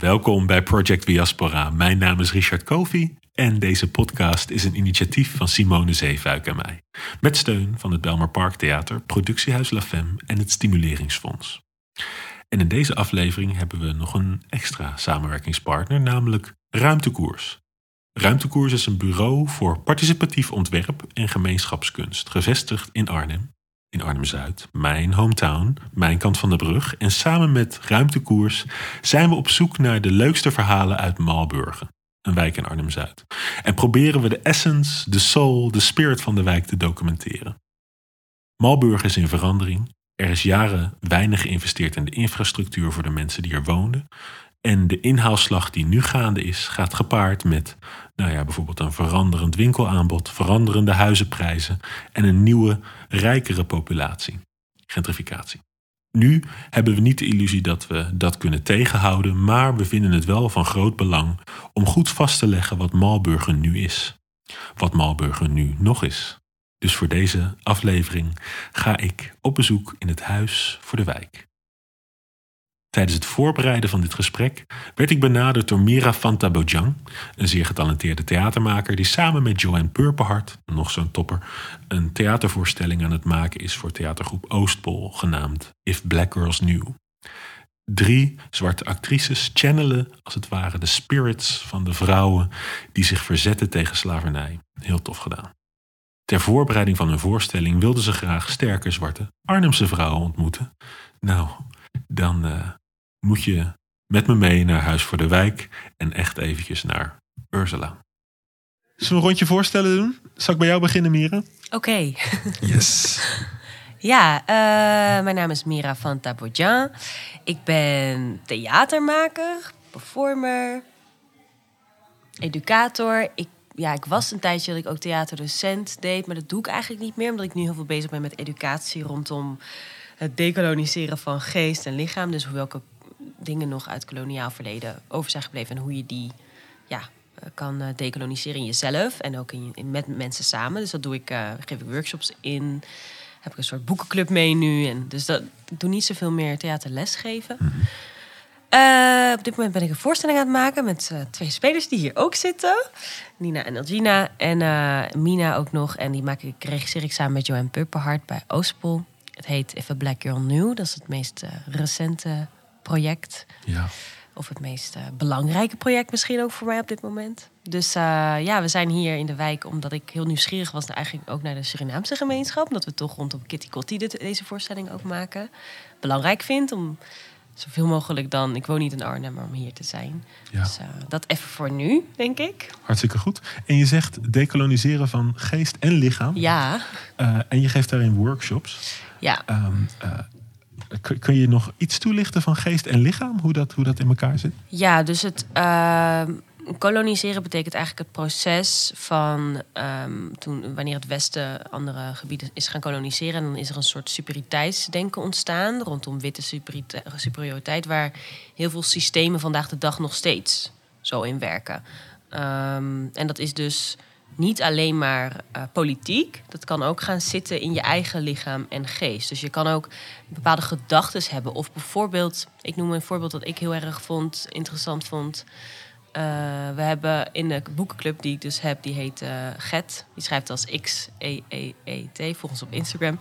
Welkom bij Project Diaspora. Mijn naam is Richard Kofi en deze podcast is een initiatief van Simone Zeefuik en mij. Met steun van het Belmer Park Theater, Productiehuis La Femme en het Stimuleringsfonds. En in deze aflevering hebben we nog een extra samenwerkingspartner, namelijk Ruimtekoers. Ruimtekoers is een bureau voor participatief ontwerp en gemeenschapskunst, gevestigd in Arnhem. In Arnhem-Zuid, mijn hometown, mijn kant van de brug. En samen met Ruimtekoers zijn we op zoek naar de leukste verhalen uit Malburgen, een wijk in Arnhem-Zuid. En proberen we de essence, de soul, de spirit van de wijk te documenteren. Malburgen is in verandering. Er is jaren weinig geïnvesteerd in de infrastructuur voor de mensen die er woonden. En de inhaalslag die nu gaande is, gaat gepaard met bijvoorbeeld een veranderend winkelaanbod, veranderende huizenprijzen en een nieuwe, rijkere populatie. Gentrificatie. Nu hebben we niet de illusie dat we dat kunnen tegenhouden, maar we vinden het wel van groot belang om goed vast te leggen wat Malburgen nu is. Wat Malburgen nu nog is. Dus voor deze aflevering ga ik op bezoek in het Huis voor de Wijk. Tijdens het voorbereiden van dit gesprek werd ik benaderd door Mira Fantabojang, een zeer getalenteerde theatermaker die samen met Joanne Purperhart, nog zo'n topper, een theatervoorstelling aan het maken is voor theatergroep Oostpol, genaamd If Black Girls Knew. 3 zwarte actrices channelen als het ware de spirits van de vrouwen die zich verzetten tegen slavernij. Heel tof gedaan. Ter voorbereiding van hun voorstelling wilden ze graag sterke zwarte Arnhemse vrouwen ontmoeten. Nou, dan moet je met me mee naar Huis voor de Wijk en echt eventjes naar Ursula. Zullen we een rondje voorstellen doen? Zal ik bij jou beginnen, Mira? Oké. Yes. Ja, mijn naam is Mira Fantabojang. Ik ben theatermaker, performer, educator. Ik was een tijdje dat ik ook theaterdocent deed, maar dat doe ik eigenlijk niet meer, omdat ik nu heel veel bezig ben met educatie rondom het dekoloniseren van geest en lichaam. Dus welke dingen nog uit koloniaal verleden over zijn gebleven en hoe je die kan dekoloniseren in jezelf en ook met mensen samen. Dus dat doe ik, geef ik workshops in. Heb ik een soort boekenclub mee nu. En dus ik doe niet zoveel meer theaterles geven. Mm-hmm. Op dit moment ben ik een voorstelling aan het maken met 2 spelers die hier ook zitten. Nina en Elgina en Mina ook nog. En die regisseer ik samen met Joanne Purperhart bij Oostpol. Het heet If a Black Girl Knew. Dat is het meest recente project. Ja. Of het meest belangrijke project misschien ook voor mij op dit moment. Dus we zijn hier in de wijk omdat ik heel nieuwsgierig was eigenlijk ook naar de Surinaamse gemeenschap. Omdat we toch rondom Kitty Kotti deze voorstelling ook maken. Belangrijk vind om zoveel mogelijk dan, ik woon niet in Arnhem, maar om hier te zijn. Ja. Dus dat even voor nu, denk ik. Hartstikke goed. En je zegt dekoloniseren van geest en lichaam. Ja. En je geeft daarin workshops. Ja. Kun je nog iets toelichten van geest en lichaam? Hoe dat in elkaar zit? Ja, dus het koloniseren betekent eigenlijk het proces van wanneer het Westen andere gebieden is gaan koloniseren. En dan is er een soort superioriteitsdenken ontstaan rondom witte superioriteit, waar heel veel systemen vandaag de dag nog steeds zo in werken. En dat is dus niet alleen maar politiek. Dat kan ook gaan zitten in je eigen lichaam en geest. Dus je kan ook bepaalde gedachten hebben. Of bijvoorbeeld, ik noem een voorbeeld dat ik heel erg interessant vond. We hebben in de boekenclub die ik dus heb, die heet Get. Die schrijft als X-E-E-E-T, volgens op Instagram.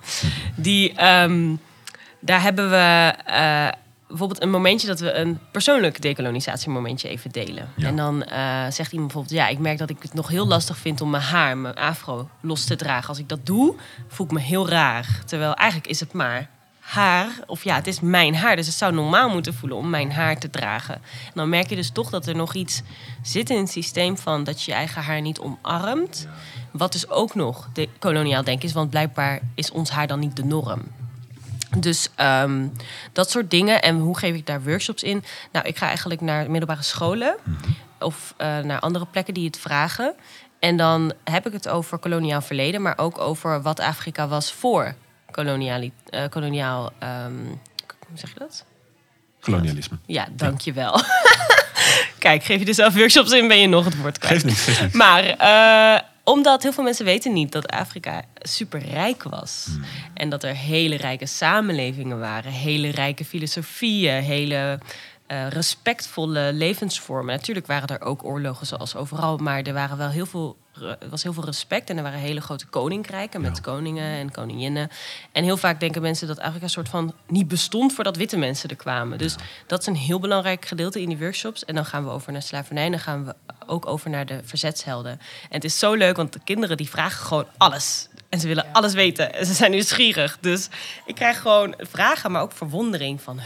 Daar hebben we bijvoorbeeld een momentje dat we een persoonlijk dekolonisatiemomentje even delen. Ja. En dan zegt iemand bijvoorbeeld, ik merk dat ik het nog heel lastig vind om mijn afro los te dragen. Als ik dat doe, voel ik me heel raar. Terwijl eigenlijk is het maar haar, of het is mijn haar. Dus het zou normaal moeten voelen om mijn haar te dragen. En dan merk je dus toch dat er nog iets zit in het systeem van dat je je eigen haar niet omarmt. Wat dus ook nog koloniaal denken is, want blijkbaar is ons haar dan niet de norm. Dus dat soort dingen. En hoe geef ik daar workshops in? Nou, ik ga eigenlijk naar middelbare scholen of naar andere plekken die het vragen. En dan heb ik het over koloniaal verleden, maar ook over wat Afrika was voor koloniaal. Hoe zeg je dat? Kolonialisme. Ja, dankjewel. Kijk, geef je er zelf workshops in, ben je nog het woord kwijt. Geef niet. Maar omdat heel veel mensen weten niet dat Afrika super rijk was. En dat er hele rijke samenlevingen waren. Hele rijke filosofieën, hele respectvolle levensvormen. Natuurlijk waren er ook oorlogen zoals overal, maar er waren wel was heel veel respect en er waren hele grote koninkrijken met koningen en koninginnen. En heel vaak denken mensen dat eigenlijk een soort van niet bestond voordat witte mensen er kwamen. Dus dat is een heel belangrijk gedeelte in die workshops. En dan gaan we over naar slavernij en dan gaan we ook over naar de verzetshelden. En het is zo leuk, want de kinderen die vragen gewoon alles. En ze willen alles weten. En ze zijn nieuwsgierig. Dus ik krijg gewoon vragen, maar ook verwondering van...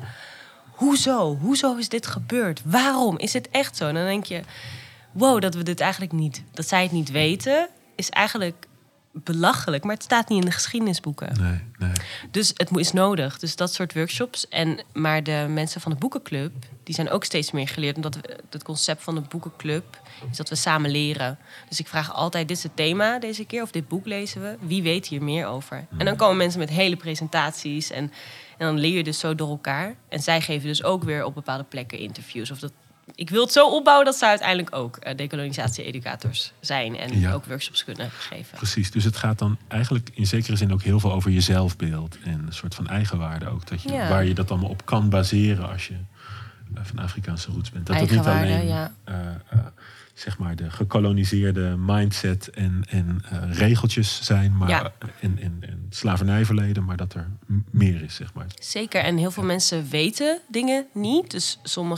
Hoezo? Hoezo is dit gebeurd? Waarom? Is het echt zo? En dan denk je... Wow, dat we dit eigenlijk niet... Dat zij het niet weten, is eigenlijk belachelijk. Maar het staat niet in de geschiedenisboeken. Nee. Dus het is nodig. Dus dat soort workshops. Maar de mensen van de boekenclub... die zijn ook steeds meer geleerd. Omdat het concept van de boekenclub... is dat we samen leren. Dus ik vraag altijd, dit is het thema deze keer... of dit boek lezen we. Wie weet hier meer over? En dan komen mensen met hele presentaties... En dan leer je dus zo door elkaar. En zij geven dus ook weer op bepaalde plekken interviews. Ik wil het zo opbouwen dat ze uiteindelijk ook dekolonisatie-educators zijn. En ook workshops kunnen geven. Precies, dus het gaat dan eigenlijk in zekere zin ook heel veel over je zelfbeeld. En een soort van eigenwaarde ook. Waar je dat allemaal op kan baseren als je van Afrikaanse roots bent. Dat het niet alleen zeg maar de gekoloniseerde mindset en regeltjes zijn. Maar, en slavernijverleden, maar dat er meer is, zeg maar. Zeker, en heel veel mensen weten dingen niet. Dus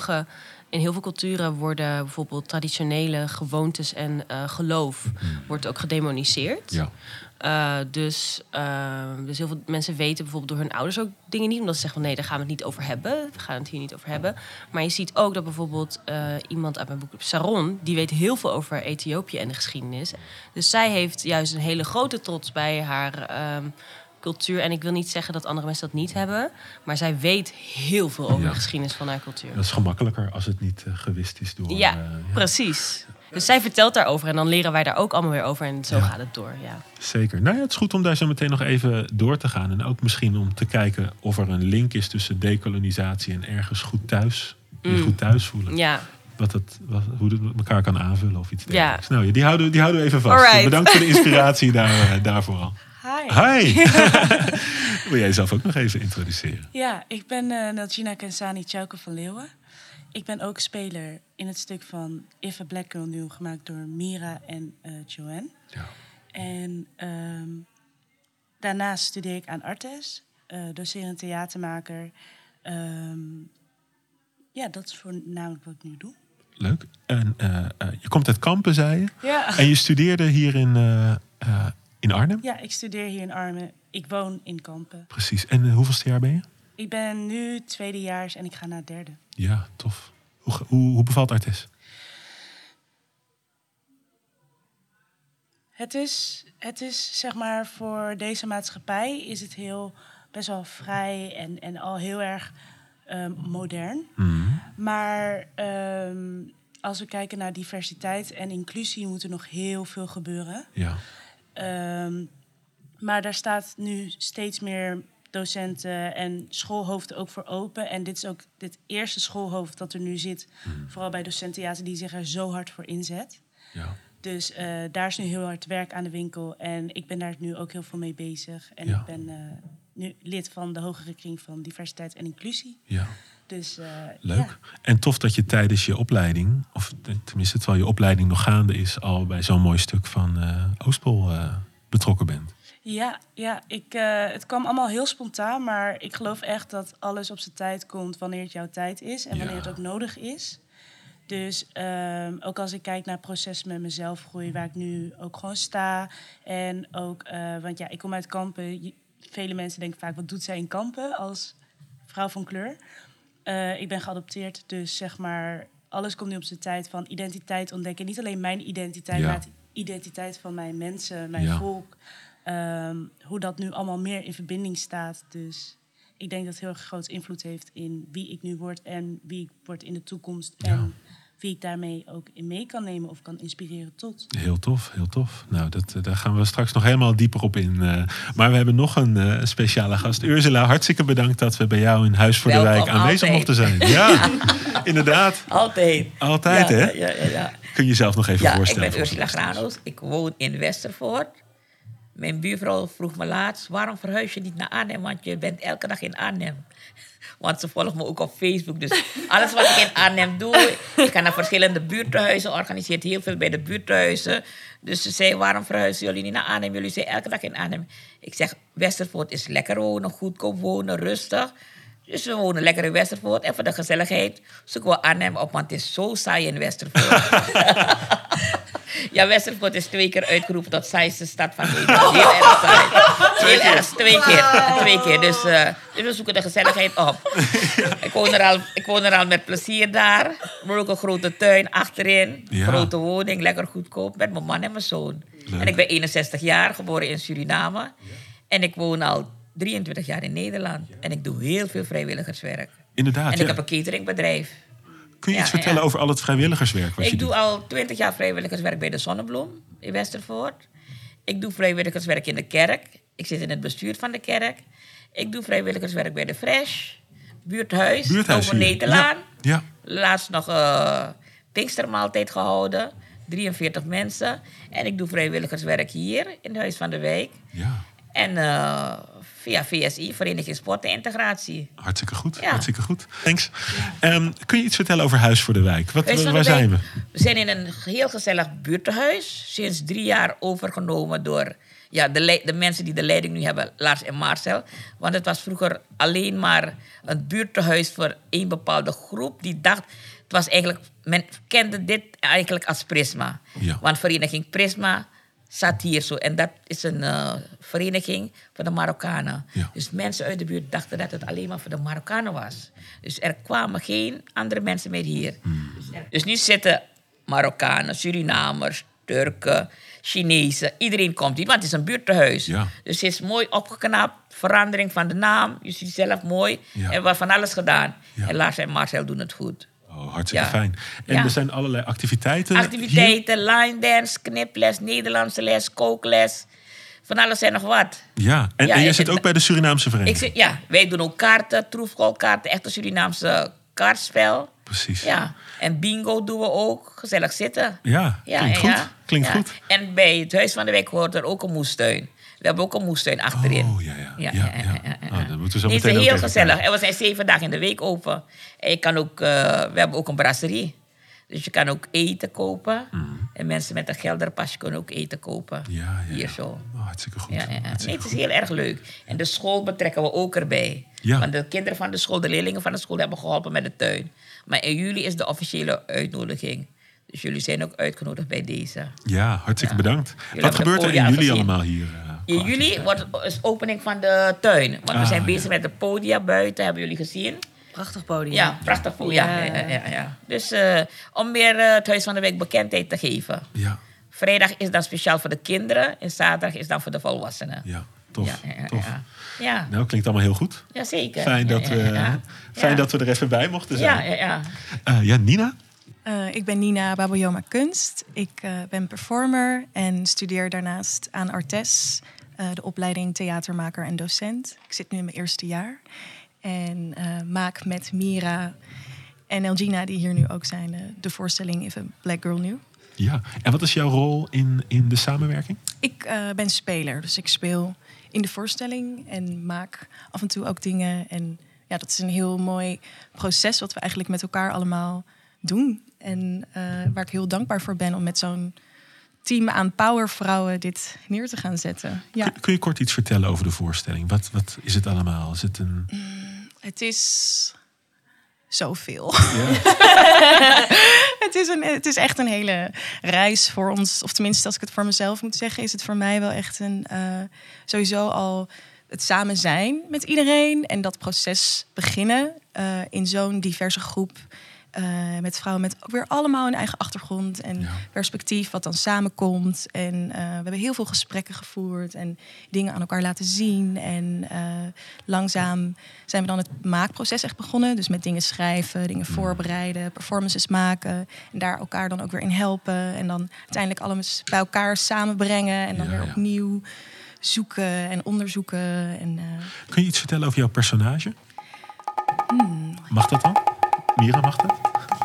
in heel veel culturen worden bijvoorbeeld traditionele gewoontes en geloof wordt ook gedemoniseerd. Ja. Dus heel veel mensen weten bijvoorbeeld door hun ouders ook dingen niet. Omdat ze zeggen van nee, daar gaan we het niet over hebben. We gaan het hier niet over hebben. Maar je ziet ook dat bijvoorbeeld iemand uit mijn boek, Sharon... die weet heel veel over Ethiopië en de geschiedenis. Dus zij heeft juist een hele grote trots bij haar... cultuur. En ik wil niet zeggen dat andere mensen dat niet hebben. Maar zij weet heel veel over de geschiedenis van haar cultuur. Dat is gemakkelijker als het niet gewist is door... Precies. Dus zij vertelt daarover en dan leren wij daar ook allemaal weer over. En zo gaat het door, Zeker. Nou ja, het is goed om daar zo meteen nog even door te gaan. En ook misschien om te kijken of er een link is tussen dekolonisatie en ergens goed thuis. Je goed thuis voelen. Ja. Hoe het elkaar kan aanvullen of iets dergelijks. Nou, die houden we even vast. Alright. Bedankt voor de inspiratie daarvoor al. Hi. Wil jij jezelf ook nog even introduceren? Ja, ik ben Naljina Kensani Chauke van Leeuwen. Ik ben ook speler in het stuk van If a Black Girl Knew, gemaakt door Mira en Joanne. Ja. En daarnaast studeer ik aan Artes, docerend theatermaker. Dat is voornamelijk wat ik nu doe. Leuk. En je komt uit Kampen, zei je? Ja. En je studeerde hier in Arnhem? Ja, ik studeer hier in Arnhem. Ik woon in Kampen. Precies. En hoeveelste jaar ben je? Ik ben nu tweedejaars en ik ga naar het derde. Ja, tof. Hoe bevalt Artes? Het is zeg maar voor deze maatschappij is het best wel vrij en al heel erg modern. Mm-hmm. Maar als we kijken naar diversiteit en inclusie moet er nog heel veel gebeuren. Ja. Maar daar staat nu steeds meer docenten en schoolhoofden ook voor open. En dit is ook dit eerste schoolhoofd dat er nu zit, vooral bij docententheater, die zich er zo hard voor inzet. Ja. Dus daar is nu heel hard werk aan de winkel. En ik ben daar nu ook heel veel mee bezig. En ik ben nu lid van de hogere kring van diversiteit en inclusie. Ja. Dus, leuk. Ja. En tof dat je tijdens je opleiding, of tenminste terwijl je opleiding nog gaande is, al bij zo'n mooi stuk van Oostpol betrokken bent. Ja, het kwam allemaal heel spontaan, maar ik geloof echt dat alles op zijn tijd komt wanneer het jouw tijd is en wanneer het ook nodig is. Dus ook als ik kijk naar het proces met mezelf groei, waar ik nu ook gewoon sta. En ook, want ik kom uit Kampen. Vele mensen denken vaak, wat doet zij in Kampen als vrouw van kleur? Ik ben geadopteerd, dus zeg maar, alles komt nu op zijn tijd van identiteit ontdekken. Niet alleen mijn identiteit, maar de identiteit van mijn mensen, mijn volk. Hoe dat nu allemaal meer in verbinding staat. Dus ik denk dat het heel erg groot invloed heeft in wie ik nu word en wie ik word in de toekomst. Ja. En wie ik daarmee ook in mee kan nemen of kan inspireren tot. Heel tof, heel tof. Nou, daar gaan we straks nog helemaal dieper op in. Maar we hebben nog een speciale gast. Ursula, hartstikke bedankt dat we bij jou in Huis voor de Wijk aanwezig mochten zijn. Ja, inderdaad. Altijd, hè? Ja. Kun je jezelf nog even voorstellen? Ik ben Ursula Granos. Ik woon in Westervoort. Mijn buurvrouw vroeg me laatst, waarom verhuis je niet naar Arnhem? Want je bent elke dag in Arnhem. Want ze volgen me ook op Facebook. Dus alles wat ik in Arnhem doe... Ik ga naar verschillende buurthuizen. Organiseert heel veel bij de buurthuizen. Dus ze zei, waarom verhuizen jullie niet naar Arnhem? Jullie zijn elke dag in Arnhem. Ik zeg, Westervoort is lekker wonen, goedkoop wonen, rustig. Dus we wonen lekker in Westervoort. En voor de gezelligheid zoeken we Arnhem op, want het is zo saai in Westervoort. Ja, Westervoort is 2 keer uitgeroepen tot saaiste stad van Nederland. Heel erg saai. Heel erg, 2 keer. Dus we zoeken de gezelligheid op. Ik woon er al met plezier daar. Maar ook een grote tuin achterin. Ja. Grote woning, lekker goedkoop. Met mijn man en mijn zoon. Leuk. En ik ben 61 jaar, geboren in Suriname. En ik woon al 23 jaar in Nederland. En ik doe heel veel vrijwilligerswerk. Inderdaad, En ik heb een cateringbedrijf. Kun je iets vertellen over al het vrijwilligerswerk wat je Ik doet? doe al 20 jaar vrijwilligerswerk bij de Zonnebloem in Westervoort. Ik doe vrijwilligerswerk in de kerk. Ik zit in het bestuur van de kerk. Ik doe vrijwilligerswerk bij de Fresh. Buurthuis over hier. Netelaan. Ja. Laatst nog Pinkstermaaltijd gehouden. 43 mensen. En ik doe vrijwilligerswerk hier in het Huis van de Wijk. Ja. En via VSI, Vereniging Sport en Integratie. Hartstikke goed, Ja. hartstikke goed. Thanks. Kun je iets vertellen over Huis voor de Wijk? Huis van de Waar zijn we? Wijk. We zijn in een heel gezellig buurthuis. Sinds 3 jaar overgenomen door de mensen die de leiding nu hebben, Lars en Marcel. Want het was vroeger alleen maar een buurthuis voor één bepaalde groep. Die dacht, het was eigenlijk, men kende dit eigenlijk als Prisma. Ja. Want vereniging Prisma zat hier zo. En dat is een vereniging voor de Marokkanen. Ja. Dus mensen uit de buurt dachten dat het alleen maar voor de Marokkanen was. Dus er kwamen geen andere mensen meer hier. Dus nu zitten Marokkanen, Surinamers, Turken, Chinezen. Iedereen komt hier, want het is een buurthuis. Ja. Dus het is mooi opgeknapt. Verandering van de naam. Je ziet zelf mooi. Ja. En we hebben van alles gedaan. Ja. En Lars en Marcel doen het goed. Oh, hartstikke Ja. fijn. En Ja. er zijn allerlei activiteiten. Activiteiten, line dance, kniples, Nederlandse les, kookles. Van alles en nog wat. Hier? Ja, en Ja, jij en- zit ook bij de Surinaamse vereniging. Wij doen ook kaarten, troefkoolkaarten, echte Surinaamse kaartspel. Precies. Ja, en bingo doen we ook. Gezellig zitten. Ja, klinkt goed. Klinkt ja. goed. En bij het Huis van de Wijk hoort er ook een moestuin. We hebben ook een moestuin achterin. Oh, ja. Oh, dat moeten we zo Nee, het meteen is ook heel even gezellig. kijken. En we zijn 7 dagen in de week open. En je kan ook, we hebben ook een brasserie. Dus je kan ook eten kopen. En mensen met een gelderpasje kunnen ook eten kopen. Ja. Hier zo. Oh, hartstikke goed. Ja. Hartstikke Nee, het is goed. heel erg leuk. En de school betrekken we ook erbij. Ja. Want de kinderen van de school, de leerlingen van de school hebben geholpen met de tuin. Maar in juli is de officiële uitnodiging. Dus jullie zijn ook uitgenodigd bij deze. Ja, hartstikke Ja. bedankt. Jullie Wat hebben gebeurt de er in podia juli gezien. allemaal hier? In juli is opening van de tuin. Want we zijn ja. bezig met de podia buiten, hebben jullie gezien? Prachtig podium. Ja, prachtig podia. Ja. Dus om meer het Huis van de Wijk bekendheid te geven. Ja, Vrijdag is dan speciaal voor de kinderen. En zaterdag is dan voor de volwassenen. ja. Tof. Ja. Tof. Ja. Nou, klinkt allemaal heel goed. Ja, zeker. Fijn, Ja, dat, ja, we, ja. fijn Ja. dat we er even bij mochten zijn. Ja. Ja, Nina? Ik ben Nina Baboyoma Kunst. Ik ben performer en studeer daarnaast aan Artes, de opleiding theatermaker en docent. Ik zit nu in mijn eerste jaar en maak met Mira en Elgina, die hier nu ook zijn, de voorstelling If a Black Girl Knew. Ja. En wat is jouw rol in de samenwerking? Ik ben speler, dus ik speel in de voorstelling en maak af en toe ook dingen. En ja, dat is een heel mooi proces wat we eigenlijk met elkaar allemaal doen. En waar ik heel dankbaar voor ben om met zo'n team aan powervrouwen dit neer te gaan zetten. Ja. Kun je kort iets vertellen over de voorstelling? Wat is het allemaal? Is het een... Het is zoveel. Ja. Het is echt een hele reis voor ons. Of tenminste, als ik het voor mezelf moet zeggen, is het voor mij wel echt een sowieso al het samen zijn met iedereen en dat proces beginnen in zo'n diverse groep. Met vrouwen met ook weer allemaal een eigen achtergrond en perspectief wat dan samenkomt. En we hebben heel veel gesprekken gevoerd en dingen aan elkaar laten zien. En langzaam zijn we dan het maakproces echt begonnen. Dus met dingen schrijven, dingen voorbereiden, performances maken. En daar elkaar dan ook weer in helpen. En dan uiteindelijk alles bij elkaar samenbrengen. En dan weer opnieuw zoeken en onderzoeken. En, Kun je iets vertellen over jouw personage? Mag dat dan? Mira, mag dat?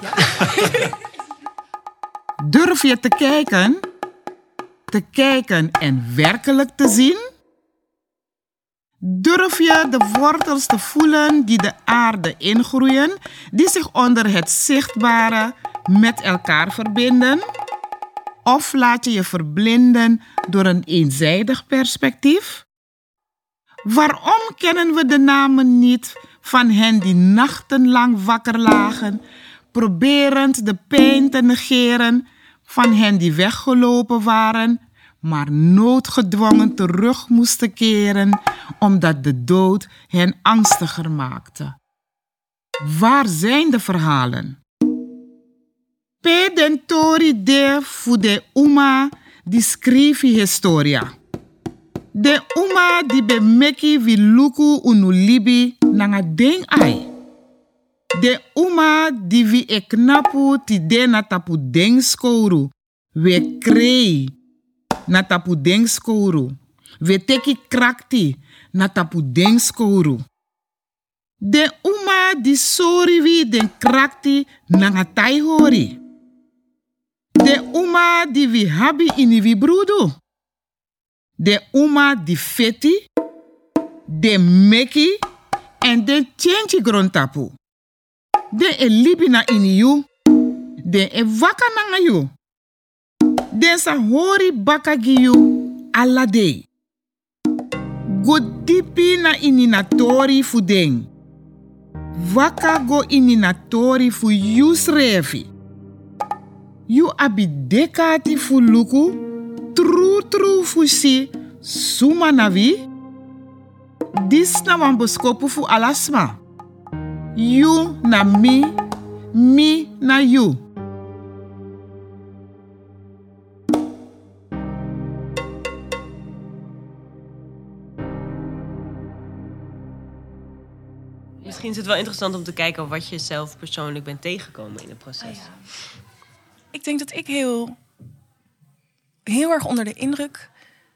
Durf je te kijken? Te kijken en werkelijk te zien? Durf je de wortels te voelen die de aarde ingroeien, die zich onder het zichtbare met elkaar verbinden? Of laat je je verblinden door een eenzijdig perspectief? Waarom kennen we de namen niet van hen die nachtenlang wakker lagen, proberend de pijn te negeren, van hen die weggelopen waren, maar noodgedwongen terug moesten keren, omdat de dood hen angstiger maakte? Waar zijn de verhalen? Pedentori de fude uma di scrivi historia. De uma di be meki vi luku unulibi nanga ding ai. De uma di vi eknapu ti de na tapu deng skouru. We krei na tapu deng skouru. We teki krakti na tapu deng skouru. De uma di sori vi den krakti nanga tai hori. De uma di vi habi ini vi brudu. De uma di feti, de meki en de change grontapu. De elibina ini yu, de waka nanga yu. De sa hori baka gi yu alla day. Go dipi na ini natori fudeng. Waka go ini natori fu yusrefi. You abi dekati fu luku, true fusi, suma navi. Dis na wan boskopu fu alasma. You na me, me na you. Misschien is het wel interessant om te kijken wat je zelf persoonlijk bent tegengekomen in het proces. Ik denk dat ik heel erg onder de indruk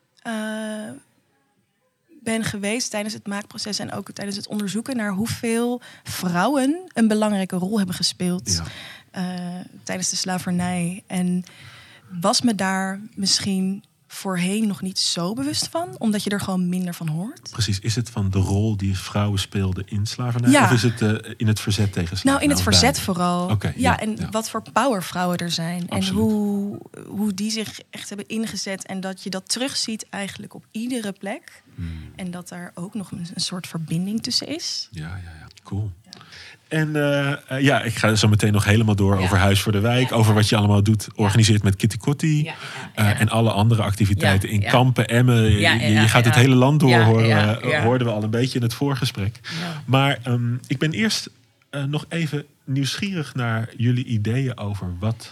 ben geweest tijdens het maakproces en ook tijdens het onderzoeken naar hoeveel vrouwen een belangrijke rol hebben gespeeld tijdens de slavernij. En was me daar misschien voorheen nog niet zo bewust van, omdat je er gewoon minder van hoort. Precies. Is het van de rol die vrouwen speelden in slavernij? Ja. Of is het in het verzet tegen slavernij? Nou, in het verzet vooral. Okay, Wat voor power vrouwen er zijn. Absoluut. En hoe die zich echt hebben ingezet. En dat je dat terugziet eigenlijk op iedere plek. En dat daar ook nog een soort verbinding tussen is. Ja. Cool. En ik ga zo meteen nog helemaal door over Huis voor de Wijk. Over wat je allemaal doet, organiseert met Kitty Kotti. En alle andere activiteiten in Kampen, Emmen. Je gaat het hele land door, hoorden we al een beetje in het voorgesprek. Ja. Maar ik ben eerst nog even nieuwsgierig naar jullie ideeën over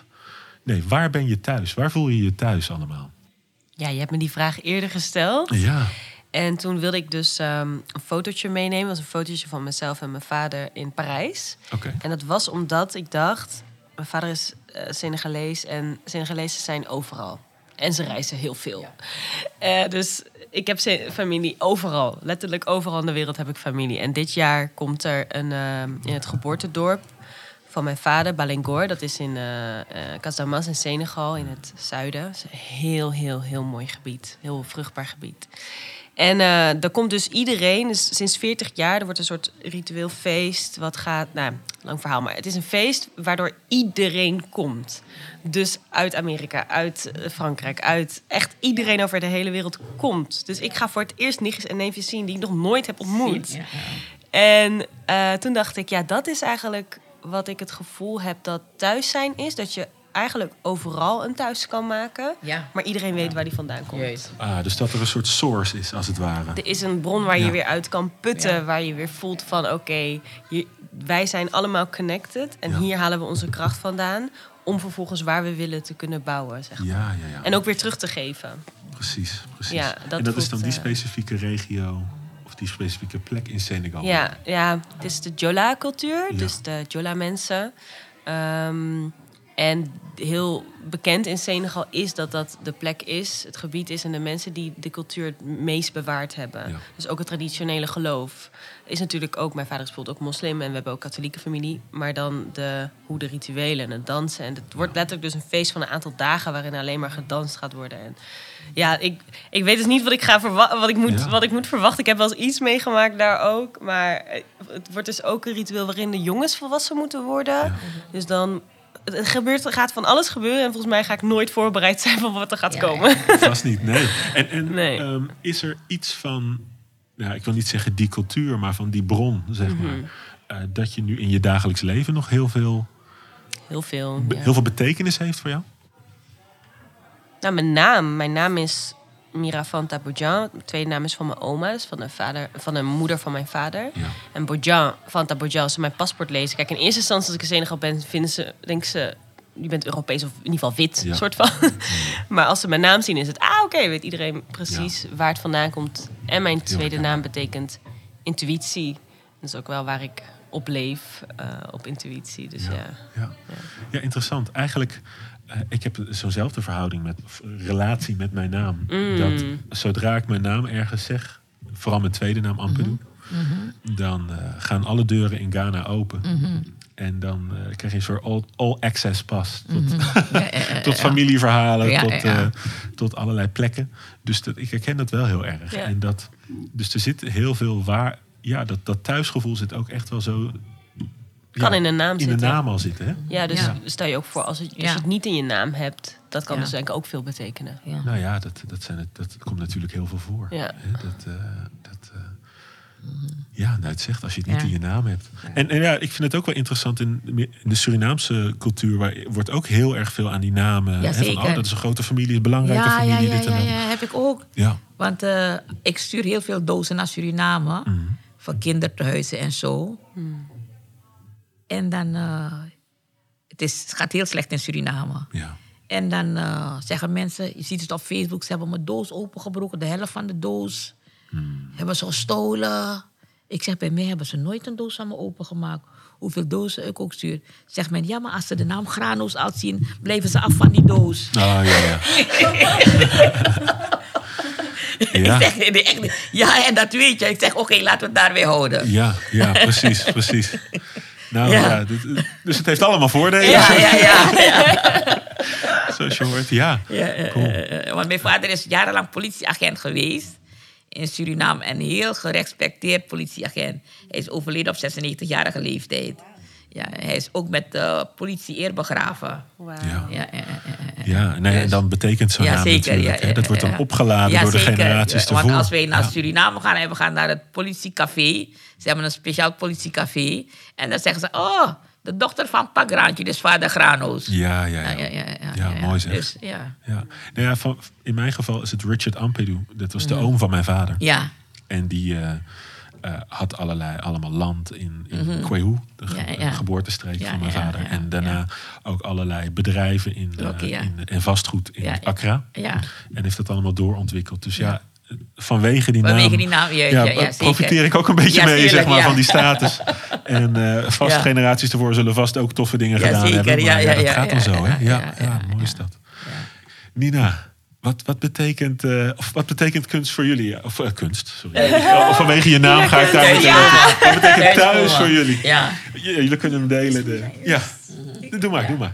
waar ben je thuis? Waar voel je je thuis allemaal? Ja, je hebt me die vraag eerder gesteld. Ja. En toen wilde ik dus een fotootje meenemen. Dat was een fotootje van mezelf en mijn vader in Parijs. Okay. En dat was omdat ik dacht, mijn vader is Senegalees en Senegalezen zijn overal. En ze reizen heel veel. Ja. Dus ik heb familie overal. Letterlijk overal in de wereld heb ik familie. En dit jaar komt er in het geboortedorp van mijn vader, Balengor. Dat is in Casamance in Senegal, in het zuiden. Dat is een heel, heel, heel mooi gebied. Heel vruchtbaar gebied. En daar komt dus iedereen, dus sinds 40 jaar, er wordt een soort ritueel feest. Wat gaat, lang verhaal, maar het is een feest waardoor iedereen komt. Dus uit Amerika, uit Frankrijk, uit echt iedereen over de hele wereld komt. Dus ik ga voor het eerst nichtjes en neefjes zien die ik nog nooit heb ontmoet. Ja. En toen dacht ik, dat is eigenlijk wat ik het gevoel heb dat thuis zijn is. Dat je eigenlijk overal een thuis kan maken. Ja. Maar iedereen weet waar die vandaan komt. Dus dat er een soort source is, als het ware. Er is een bron waar je weer uit kan putten. Ja. Waar je weer voelt van oké, wij zijn allemaal connected. En hier halen we onze kracht vandaan. Om vervolgens waar we willen te kunnen bouwen. Zeg maar. Ja. En ook weer terug te geven. Precies. Ja, en dat is dan die specifieke regio of die specifieke plek in Senegal? Ja, het is de Jola-cultuur. Ja. Dus de Jola-mensen. En heel bekend in Senegal is dat de plek is, het gebied is en de mensen die de cultuur het meest bewaard hebben. Ja. Dus ook het traditionele geloof is natuurlijk ook, mijn vader is bijvoorbeeld ook moslim en we hebben ook katholieke familie, maar dan de rituelen en het dansen. En het wordt letterlijk dus een feest van een aantal dagen waarin alleen maar gedanst gaat worden. En ja, ik weet dus niet wat ik moet verwachten. Ik heb wel eens iets meegemaakt daar ook, maar het wordt dus ook een ritueel waarin de jongens volwassen moeten worden. Ja. Dus dan gaat van alles gebeuren en volgens mij ga ik nooit voorbereid zijn van wat er gaat komen. Vast niet, nee. En nee. Is er iets van, ik wil niet zeggen die cultuur, maar van die bron, zeg maar, dat je nu in je dagelijks leven nog heel veel betekenis heeft voor jou? Nou, mijn naam is Mirafanta Bodjan. Mijn tweede naam is van mijn oma, dus van de moeder van mijn vader. Ja. En Bodjan, Fanta Bodjan, als ze mijn paspoort lezen. Kijk, in eerste instantie als ik in Senegal ben, denken ze, je bent Europees of in ieder geval wit, soort van. Maar als ze mijn naam zien, is het, oké, weet iedereen precies waar het vandaan komt. En mijn tweede naam betekent intuïtie. Dat is ook wel waar ik op leef, op intuïtie. Dus Ja, interessant. Eigenlijk, ik heb zo'nzelfde verhouding relatie met mijn naam. Dat zodra ik mijn naam ergens zeg, vooral mijn tweede naam Ampadu, dan gaan alle deuren in Ghana open. En dan krijg je een soort all-access pas. Tot familieverhalen, tot allerlei plekken. Dus ik herken dat wel heel erg. Ja. En dus er zit heel veel dat thuisgevoel zit ook echt wel zo. Kan in een naam zitten. In de naam al zitten, hè? Ja, dus stel je ook voor, als je het niet in je naam hebt, dat kan dus denk ik ook veel betekenen. Ja. Nou ja, dat komt natuurlijk heel veel voor. Ja. Het zegt als je het niet in je naam hebt. En ik vind het ook wel interessant in de Surinaamse cultuur, wordt ook heel erg veel aan die namen. Ja, zeker. Van, dat is een grote familie, een belangrijke familie. Ja, heb ik ook. Ja. Want ik stuur heel veel dozen naar Suriname voor kinderthuizen en zo. En dan, het gaat heel slecht in Suriname. Ja. En dan zeggen mensen, je ziet het op Facebook, ze hebben mijn doos opengebroken, de helft van de doos hebben ze gestolen. Ik zeg, bij mij hebben ze nooit een doos van me opengemaakt. Hoeveel dozen ik ook stuur. Zegt men, ja, maar als ze de naam Grano's al zien, blijven ze af van die doos. Oh, Ja, en dat weet je. Ik zeg, oké, laten we het daarbij houden. Ja, precies. Nou dus het heeft allemaal voordelen. Ja. Zoals je hoort, cool. Want mijn vader is jarenlang politieagent geweest in Suriname. En heel gerespecteerd politieagent. Hij is overleden op 96-jarige leeftijd. Ja, hij is ook met de politie eer begraven. Wow. En dan betekent zo'n naam zeker, natuurlijk. Dat wordt dan opgeladen door de generaties ervoor. Want als wij naar Suriname gaan en we gaan naar het politiecafé. Ze hebben een speciaal politiecafé. En dan zeggen ze, de dochter van Pagraantje, dus vader Grano's. Ja, mooi zeg. Dus, in mijn geval is het Richard Ampadu. Dat was de oom van mijn vader. Ja. En die had allemaal land in Kwehu, de geboortestreek van mijn vader. En daarna ook allerlei bedrijven en vastgoed in Accra. Ja. En heeft dat allemaal doorontwikkeld. Dus vanwege die naam profiteer ik ook een beetje mee, zeg maar, van die status. En generaties ervoor zullen vast ook toffe dingen gedaan hebben. Maar dat gaat dan zo, hè? Ja, mooi is dat. Nina, wat betekent kunst voor jullie? Of kunst, sorry. Of vanwege je naam ga ik daar meteen. Wat betekent thuis voor jullie? Ja. Jullie kunnen hem delen. Doe maar.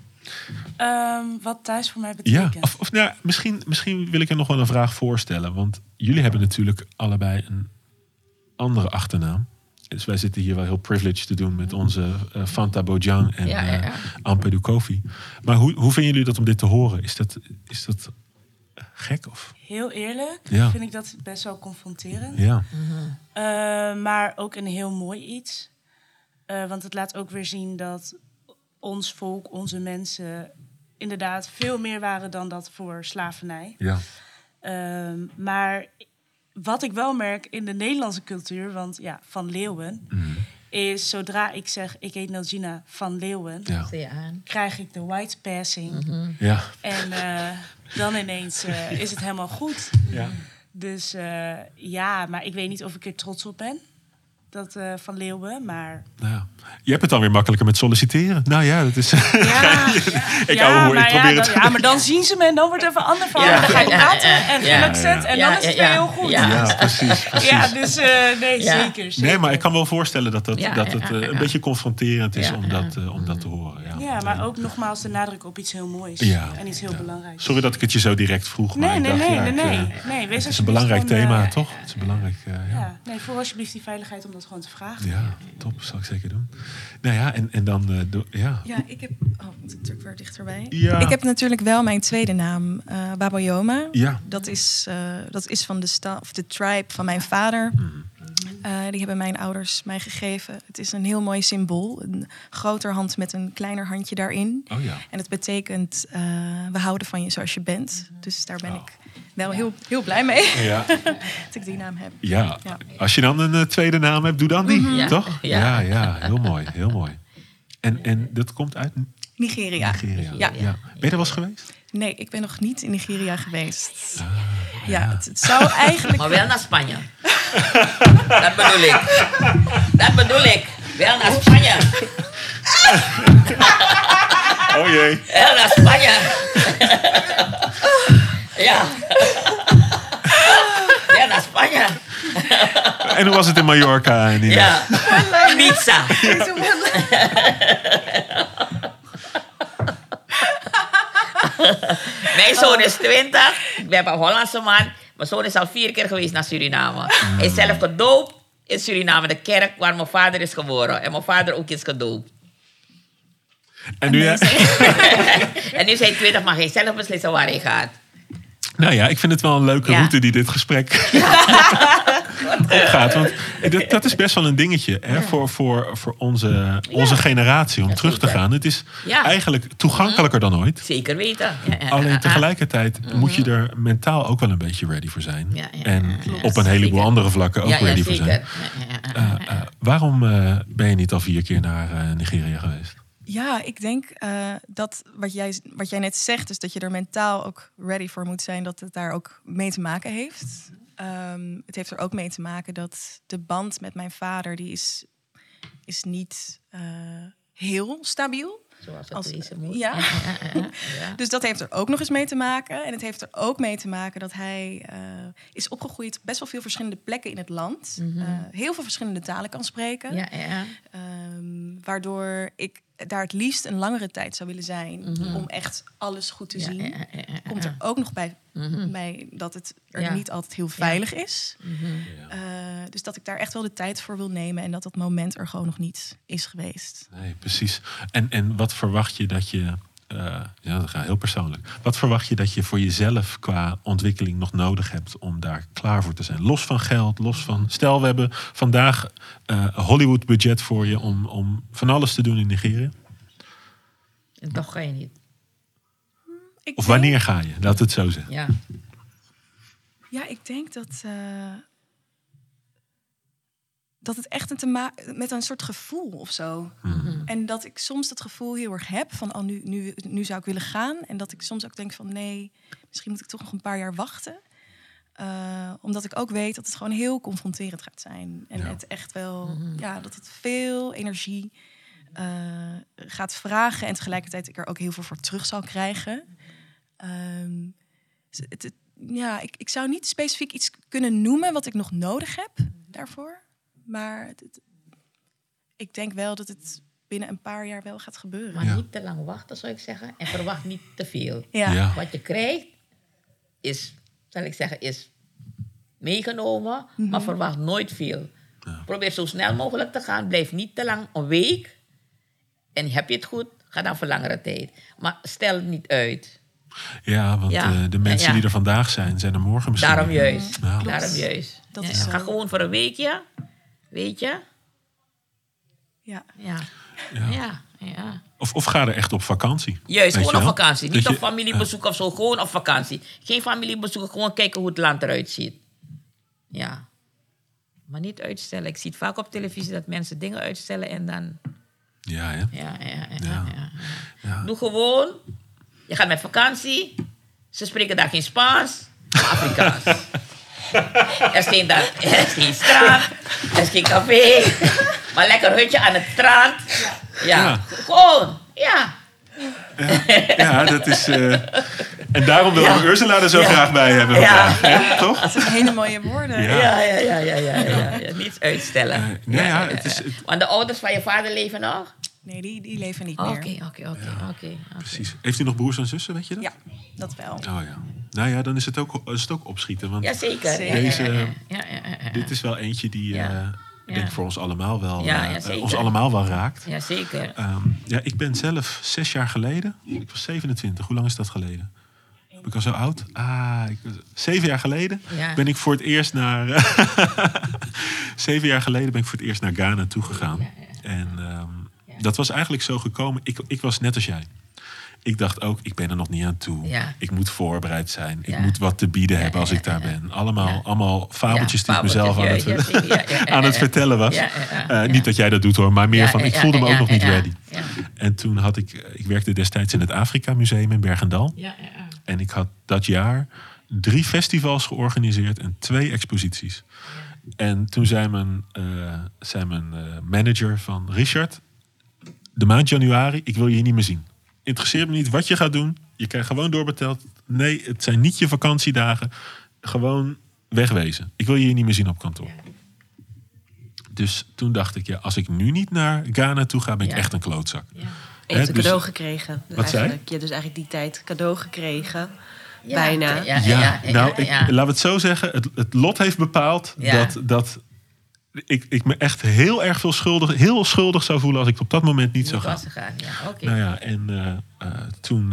Wat thuis voor mij betekent? Misschien wil ik er nog wel een vraag voorstellen. Want jullie hebben natuurlijk allebei een andere achternaam. Dus wij zitten hier wel heel privileged te doen met onze Fanta Bodjan en Ampadu Kofi. Maar hoe vinden jullie dat om dit te horen? Is dat gek? Of? Heel eerlijk vind ik dat best wel confronterend. Ja. Maar ook een heel mooi iets. Want het laat ook weer zien dat ons volk, onze mensen, inderdaad veel meer waren dan dat voor slavernij. Ja. Maar wat ik wel merk in de Nederlandse cultuur, want Van Leeuwen, is zodra ik zeg, ik heet Nelgina Van Leeuwen, krijg ik de white passing. Ja. En dan ineens is het helemaal goed. Ja. Dus maar ik weet niet of ik er trots op ben. van Leeuwen, maar... Nou ja. Je hebt het dan weer makkelijker met solliciteren. Nou ja, dat is... Maar dan zien ze me en dan wordt het even een ander verhaal. Dan ga je praten en in accent en dan is het weer heel goed. Ja, precies. Ja, dus zeker. Nee, maar ik kan wel voorstellen dat het een beetje confronterend is om dat te horen. Ja, maar ook nogmaals de nadruk op iets heel moois en iets heel belangrijks. Sorry dat ik het je zo direct vroeg. Nee. Het is een belangrijk thema, toch? Het is een belangrijk... voer alsjeblieft die veiligheid om dat gewoon te vragen. Ja, top. Zal ik zeker doen. Nou ja, en dan... Ja, ik heb... Oh, moet ik terug weer dichterbij. Ja. Ik heb natuurlijk wel mijn tweede naam, Baboyoma. Ja. Dat is van de tribe van mijn vader. Die hebben mijn ouders mij gegeven. Het is een heel mooi symbool. Een groter hand met een kleiner handje daarin. Oh ja. En het betekent, we houden van je zoals je bent. Dus daar ben ik wel heel blij mee. Ja. dat ik die naam heb. Ja. Als je dan een tweede naam hebt, doe dan die, toch? Ja. Ja, heel mooi, heel mooi. En dat komt uit Nigeria. Ja. Ben je er wel eens geweest? Nee, ik ben nog niet in Nigeria geweest. Het zou eigenlijk... Maar wel naar Spanje. Dat bedoel ik. Wel naar Spanje. Oh jee. Wel naar Spanje. Ja. Wel naar Spanje. En hoe was het in Mallorca? En Ibiza. Mijn zoon is 20. Ik ben een Hollandse man. Mijn zoon is al 4 keer geweest naar Suriname. Hij is zelf gedoopt in Suriname, de kerk waar mijn vader is geboren. En mijn vader ook is gedoopt. En nu En nu is hij 20, mag hij zelf beslissen waar hij gaat. Nou ja, ik vind het wel een leuke route die dit gesprek opgaat. Want dat is best wel een dingetje voor onze generatie om terug te gaan. Het is eigenlijk toegankelijker dan ooit. Zeker weten. Alleen tegelijkertijd moet je er mentaal ook wel een beetje ready voor zijn. En op een heleboel andere vlakken ook ready voor zijn. Waarom ben je niet al 4 keer naar Nigeria geweest? Ja, ik denk dat wat jij net zegt, dus dat je er mentaal ook ready voor moet zijn, dat het daar ook mee te maken heeft. Het heeft er ook mee te maken dat de band met mijn vader, die is niet heel stabiel. Zoals het wezen moet. Ja. Dus dat heeft er ook nog eens mee te maken. En het heeft er ook mee te maken dat hij is opgegroeid op best wel veel verschillende plekken in het land. Heel veel verschillende talen kan spreken. Waardoor ik daar het liefst een langere tijd zou willen zijn om echt alles goed te zien. Komt er ook nog bij dat het er niet altijd heel veilig is. Dus dat ik daar echt wel de tijd voor wil nemen en dat moment er gewoon nog niet is geweest. Nee, precies. En wat verwacht je dat je... dat gaat heel persoonlijk. Wat verwacht je dat je voor jezelf qua ontwikkeling nog nodig hebt om daar klaar voor te zijn? Los van geld, los van... Stel, we hebben vandaag Hollywood budget voor je om van alles te doen in Nigeria. En toch ga je niet. Of wanneer ga je? Laat het zo zeggen. Ja, ik denk dat het echt met een soort gevoel of zo. En dat ik soms dat gevoel heel erg heb van nu zou ik willen gaan. En dat ik soms ook denk van nee, misschien moet ik toch nog een paar jaar wachten. Omdat ik ook weet dat het gewoon heel confronterend gaat zijn. En het echt wel, dat het veel energie gaat vragen. En tegelijkertijd ik er ook heel veel voor terug zal krijgen. Ik zou niet specifiek iets kunnen noemen wat ik nog nodig heb daarvoor. Maar ik denk wel dat het binnen een paar jaar wel gaat gebeuren. Maar niet te lang wachten, zou ik zeggen. En verwacht niet te veel. Wat je krijgt is, zal ik zeggen, is meegenomen. Maar verwacht nooit veel. Probeer zo snel mogelijk te gaan. Blijf niet te lang, een week. En heb je het goed, ga dan voor langere tijd. Maar stel het niet uit. Ja, want de mensen die er vandaag zijn er morgen misschien. Daarom juist. Daarom juist. Ga gewoon voor een weekje. Weet je? Ja. Of ga er echt op vakantie. Juist, gewoon op vakantie. Niet op familiebezoek of zo, gewoon op vakantie. Geen familiebezoek, gewoon kijken hoe het land eruit ziet. Ja. Maar niet uitstellen. Ik zie het vaak op televisie dat mensen dingen uitstellen en dan... Ja. Doe gewoon. Je gaat met vakantie. Ze spreken daar geen Spaans, maar Afrikaans. Er is geen strand, er is geen café. Maar lekker hutje aan het strand. Ja. Gewoon, ja. Ja, dat is... En daarom willen we Ursula er zo graag bij hebben vandaag. Hè? Toch? Dat zijn hele mooie woorden. Ja. Niets uitstellen. Want de ouders van je vader leven nog? Nee, die leven niet meer. Oké. Precies. Heeft u nog broers en zussen, weet je dat? Ja, dat wel. Oh ja. Nou ja, dan is het ook opschieten. Want Jazeker. deze, dit is wel eentje die... Ik denk voor ons allemaal wel, ons allemaal wel raakt. Jazeker. Ik ben zelf 6 jaar geleden... Ik was 27. Hoe lang is dat geleden? Ben ik al zo oud? 7 jaar geleden ben ik voor het eerst naar... 7 jaar geleden ben ik voor het eerst naar Ghana toegegaan. En dat was eigenlijk zo gekomen. Ik was net als jij. Ik dacht ook, ik ben er nog niet aan toe. Ja. Ik moet voorbereid zijn. Ik moet wat te bieden hebben als ik daar ben. Allemaal fabeltjes die ik mezelf aan het vertellen was. Niet dat jij dat doet hoor, maar meer van... Ik voelde me ook nog niet ready. Ja. En toen had ik werkte destijds in het Afrika Museum in Bergendal. En ik had dat jaar 3 festivals georganiseerd en 2 exposities. En toen zei mijn manager van... Richard, de maand januari, ik wil je hier niet meer zien. Interesseert me niet wat je gaat doen. Je krijgt gewoon doorbetaald. Nee, het zijn niet je vakantiedagen. Gewoon wegwezen. Ik wil je hier niet meer zien op kantoor. Dus toen dacht ik, als ik nu niet naar Ghana toe ga, ben ik echt een klootzak. Ja. En je hebt een cadeau gekregen. Dus wat zei je? Je hebt dus eigenlijk die tijd cadeau gekregen. Ja, bijna. Laten we het zo zeggen. Het lot heeft bepaald dat ik me echt heel erg heel schuldig zou voelen als ik op dat moment niet zou gaan. Toen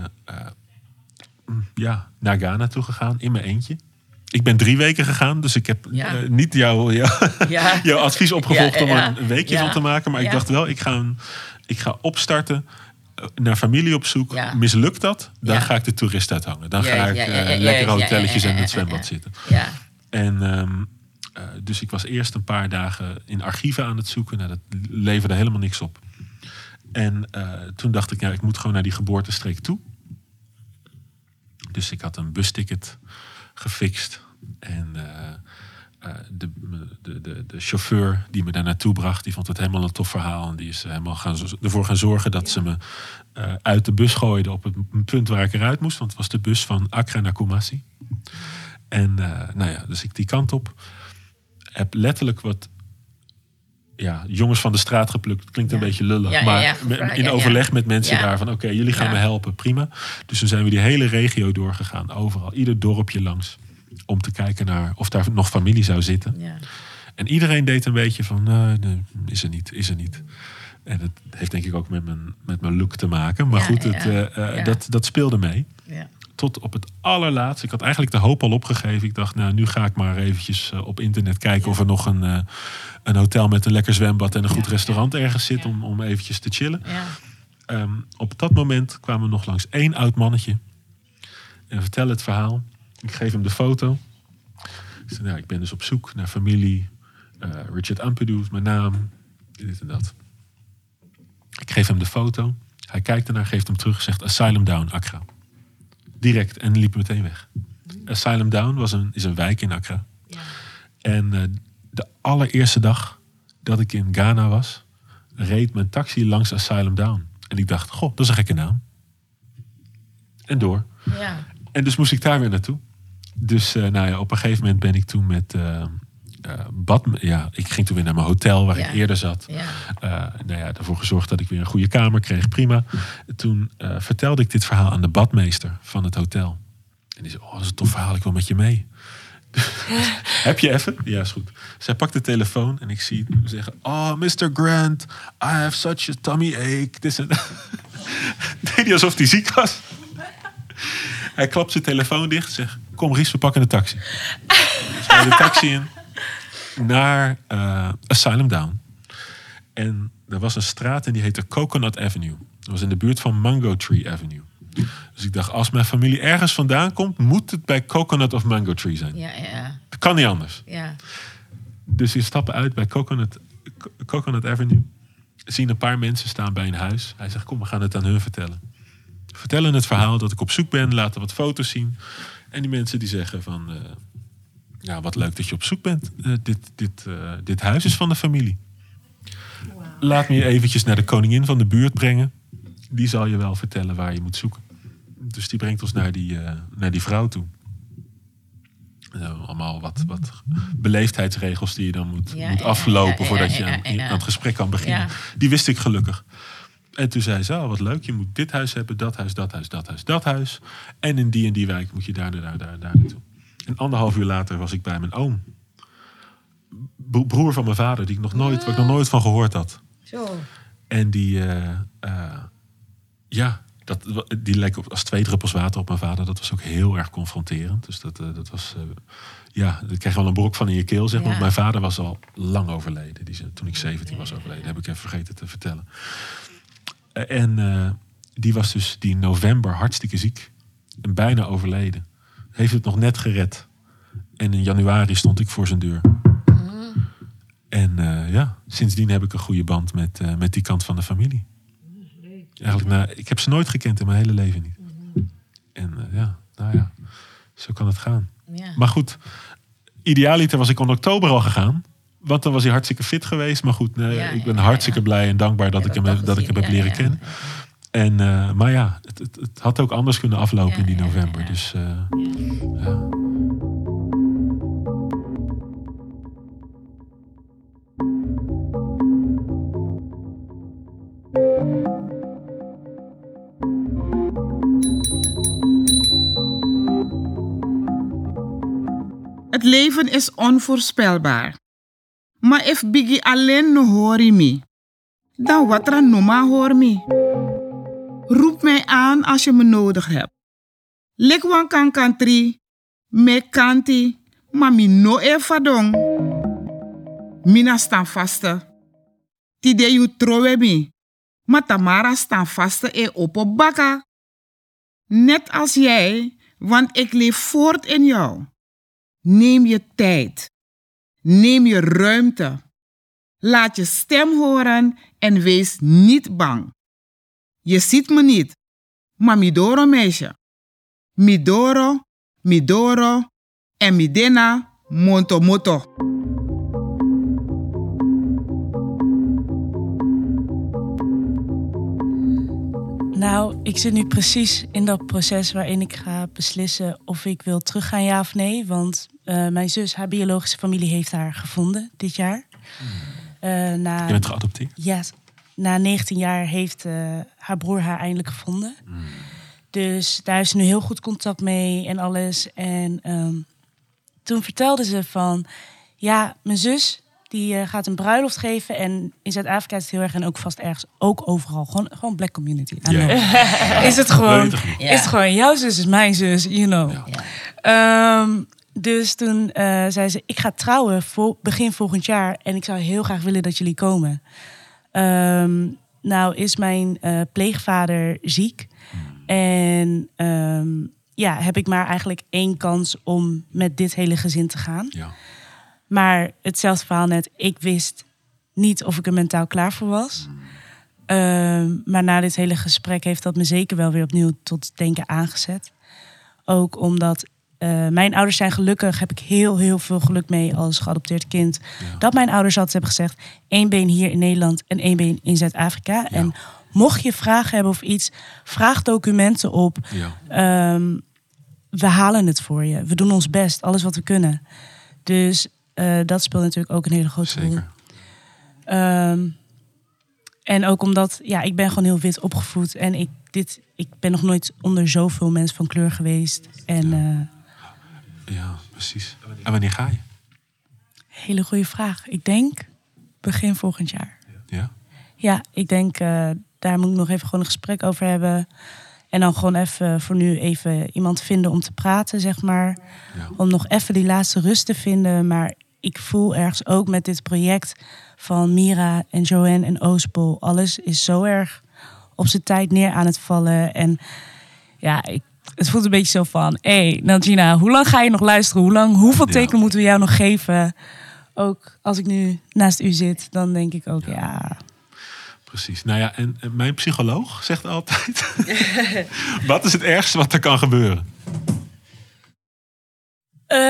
naar Ghana toe gegaan in mijn eentje. Ik ben 3 weken gegaan, dus ik heb niet jouw advies opgevolgd om er een weekje van te maken. Maar ik dacht wel, ik ga opstarten, naar familie op zoek. Ja. Mislukt dat, dan ga ik de toerist uithangen. Dan ga ik lekkere hotelletjes en het zwembad zitten. Ja. En... dus ik was eerst een paar dagen in archieven aan het zoeken. Nou, dat leverde helemaal niks op. En toen dacht ik, ik moet gewoon naar die geboortestreek toe. Dus ik had een busticket gefixt. En de chauffeur die me daar naartoe bracht... die vond het helemaal een tof verhaal. En die is helemaal ervoor gaan zorgen dat ze me uit de bus gooiden... op het punt waar ik eruit moest. Want het was de bus van Accra naar Kumasi. En dus ik die kant op... heb letterlijk wat jongens van de straat geplukt. Klinkt een beetje lullig. Maar in overleg met mensen daar van... oké, jullie gaan me helpen, prima. Dus toen zijn we die hele regio doorgegaan. Overal, ieder dorpje langs. Om te kijken naar of daar nog familie zou zitten. Ja. En iedereen deed een beetje van... nee, is er niet. En dat heeft denk ik ook met mijn look te maken. Maar dat speelde mee. Ja. Tot op het allerlaatste. Ik had eigenlijk de hoop al opgegeven. Ik dacht, nu ga ik maar eventjes op internet kijken... of er nog een hotel met een lekker zwembad... en een goed restaurant ergens zit om eventjes te chillen. Ja. Op dat moment kwamen we nog langs 1 oud mannetje. En vertel het verhaal. Ik geef hem de foto. Ik zei, ik ben dus op zoek naar familie. Richard Ampadu is mijn naam. Dit en dat. Ik geef hem de foto. Hij kijkt ernaar, geeft hem terug. Zegt Asylum Down, Accra. Direct en liep meteen weg. Asylum Down is een wijk in Accra. Ja. En de allereerste dag dat ik in Ghana was... reed mijn taxi langs Asylum Down. En ik dacht, dat is een gekke naam. En door. Ja. En dus moest ik daar weer naartoe. Dus op een gegeven moment ben ik toen met... ik ging toen weer naar mijn hotel waar ik eerder zat. Ja. Ervoor gezorgd dat ik weer een goede kamer kreeg. Prima. Toen vertelde ik dit verhaal aan de badmeester van het hotel. En die zei, dat is een tof verhaal, ik wil met je mee. Heb je even? Ja, is goed. Zij pakt de telefoon en ik zie hem zeggen... Mr. Grant, I have such a tummy ache. Deed hij alsof hij ziek was. Hij klapt zijn telefoon dicht. Zegt, kom Ries, we pakken de taxi. Dus wij de taxi in. Naar Asylum Down. En er was een straat en die heette Coconut Avenue. Dat was in de buurt van Mango Tree Avenue. Dus ik dacht, als mijn familie ergens vandaan komt... moet het bij Coconut of Mango Tree zijn. Ja. Dat kan niet anders. Ja. Dus we stappen uit bij Coconut Avenue. Zien een paar mensen staan bij een huis. Hij zegt, kom, we gaan het aan hun vertellen. Vertellen het verhaal dat ik op zoek ben. Laten wat foto's zien. En die mensen die zeggen van... Ja, wat leuk dat je op zoek bent. Dit huis is van de familie. Wow. Laat me je eventjes naar de koningin van de buurt brengen. Die zal je wel vertellen waar je moet zoeken. Dus die brengt ons naar die vrouw toe. Allemaal wat beleefdheidsregels die je dan moet aflopen voordat je aan het gesprek kan beginnen. Ja. Die wist ik gelukkig. En toen zei ze, wat leuk, je moet dit huis hebben, dat huis, dat huis, dat huis, dat huis. En in die wijk moet je daar naartoe. En 1,5 uur later was ik bij mijn oom. Broer van mijn vader, waar ik nog nooit van gehoord had. Zo. En die leek als 2 druppels water op mijn vader. Dat was ook heel erg confronterend. Dus dat was... daar krijg je wel een brok van in je keel, zeg maar. Ja. Mijn vader was al lang overleden. Toen ik 17 was overleden. Heb ik even vergeten te vertellen. En die was dus die november hartstikke ziek. En bijna overleden. Heeft het nog net gered. En in januari stond ik voor zijn deur. En sindsdien heb ik een goede band met die kant van de familie. Eigenlijk, ik heb ze nooit gekend in mijn hele leven niet. En zo kan het gaan. Ja. Maar goed, idealiter was ik in oktober al gegaan. Want dan was hij hartstikke fit geweest. Maar goed, ik ben hartstikke blij en dankbaar dat ik hem heb leren kennen. En, maar het had ook anders kunnen aflopen in die november. Ja. Dus Het leven is onvoorspelbaar. Maar if bigi alleen no hori mi, dan wat er noma hoor mi. Roep mij aan als je me nodig hebt. Lekwan kan kantri, me kanti, maar mi no e fadong. Mina staan vaste. Tide you trowe mi, maar Tamara staan vaste e opo baka. Net als jij, want ik leef voort in jou. Neem je tijd. Neem je ruimte. Laat je stem horen en wees niet bang. Je ziet me niet, maar midoro meisje. Midoro en midena montomoto. Nou, ik zit nu precies in dat proces waarin ik ga beslissen of ik wil teruggaan, ja of nee. Want mijn zus, haar biologische familie, heeft haar gevonden dit jaar. Je bent geadopteerd? Ja, na 19 jaar heeft haar broer haar eindelijk gevonden. Dus daar is ze nu heel goed contact mee en alles. En toen vertelde ze van... Ja, mijn zus die gaat een bruiloft geven. En in Zuid-Afrika is het heel erg, en ook vast ergens, ook overal. Gewoon black community. Is het gewoon... Is het gewoon, jouw zus is mijn zus, you know. Ja. Dus toen zei ze, ik ga trouwen begin volgend jaar. En ik zou heel graag willen dat jullie komen. Nou is mijn pleegvader ziek. En heb ik maar eigenlijk 1 kans om met dit hele gezin te gaan. Ja. Maar hetzelfde verhaal net. Ik wist niet of ik er mentaal klaar voor was. Maar na dit hele gesprek heeft dat me zeker wel weer opnieuw tot denken aangezet. Ook omdat mijn ouders zijn gelukkig. Heb ik heel, heel veel geluk mee als geadopteerd kind. Ja. Dat mijn ouders altijd hebben gezegd: 1 been hier in Nederland en 1 been in Zuid-Afrika. Ja. En mocht je vragen hebben of iets, vraag documenten op. Ja. We halen het voor je. We doen ons best, alles wat we kunnen. Dus dat speelt natuurlijk ook een hele grote rol. En ook omdat, ik ben gewoon heel wit opgevoed. En ik ben nog nooit onder zoveel mensen van kleur geweest. En, ja, precies. En wanneer ga je? Hele goede vraag. Ik denk begin volgend jaar. Ja? Ja, ik denk, daar moet ik nog even gewoon een gesprek over hebben. En dan gewoon even voor nu even iemand vinden om te praten, zeg maar. Ja. Om nog even die laatste rust te vinden. Maar ik voel ergens ook met dit project van Mira en Joanne en Oostpol, alles is zo erg op zijn tijd neer aan het vallen. En het voelt een beetje zo van, Nandina, hoe lang ga je nog luisteren? Hoeveel tekenen moeten we jou nog geven? Ook als ik nu naast u zit, dan denk ik ook, Precies. Nou ja, en mijn psycholoog zegt altijd... Wat is het ergste wat er kan gebeuren?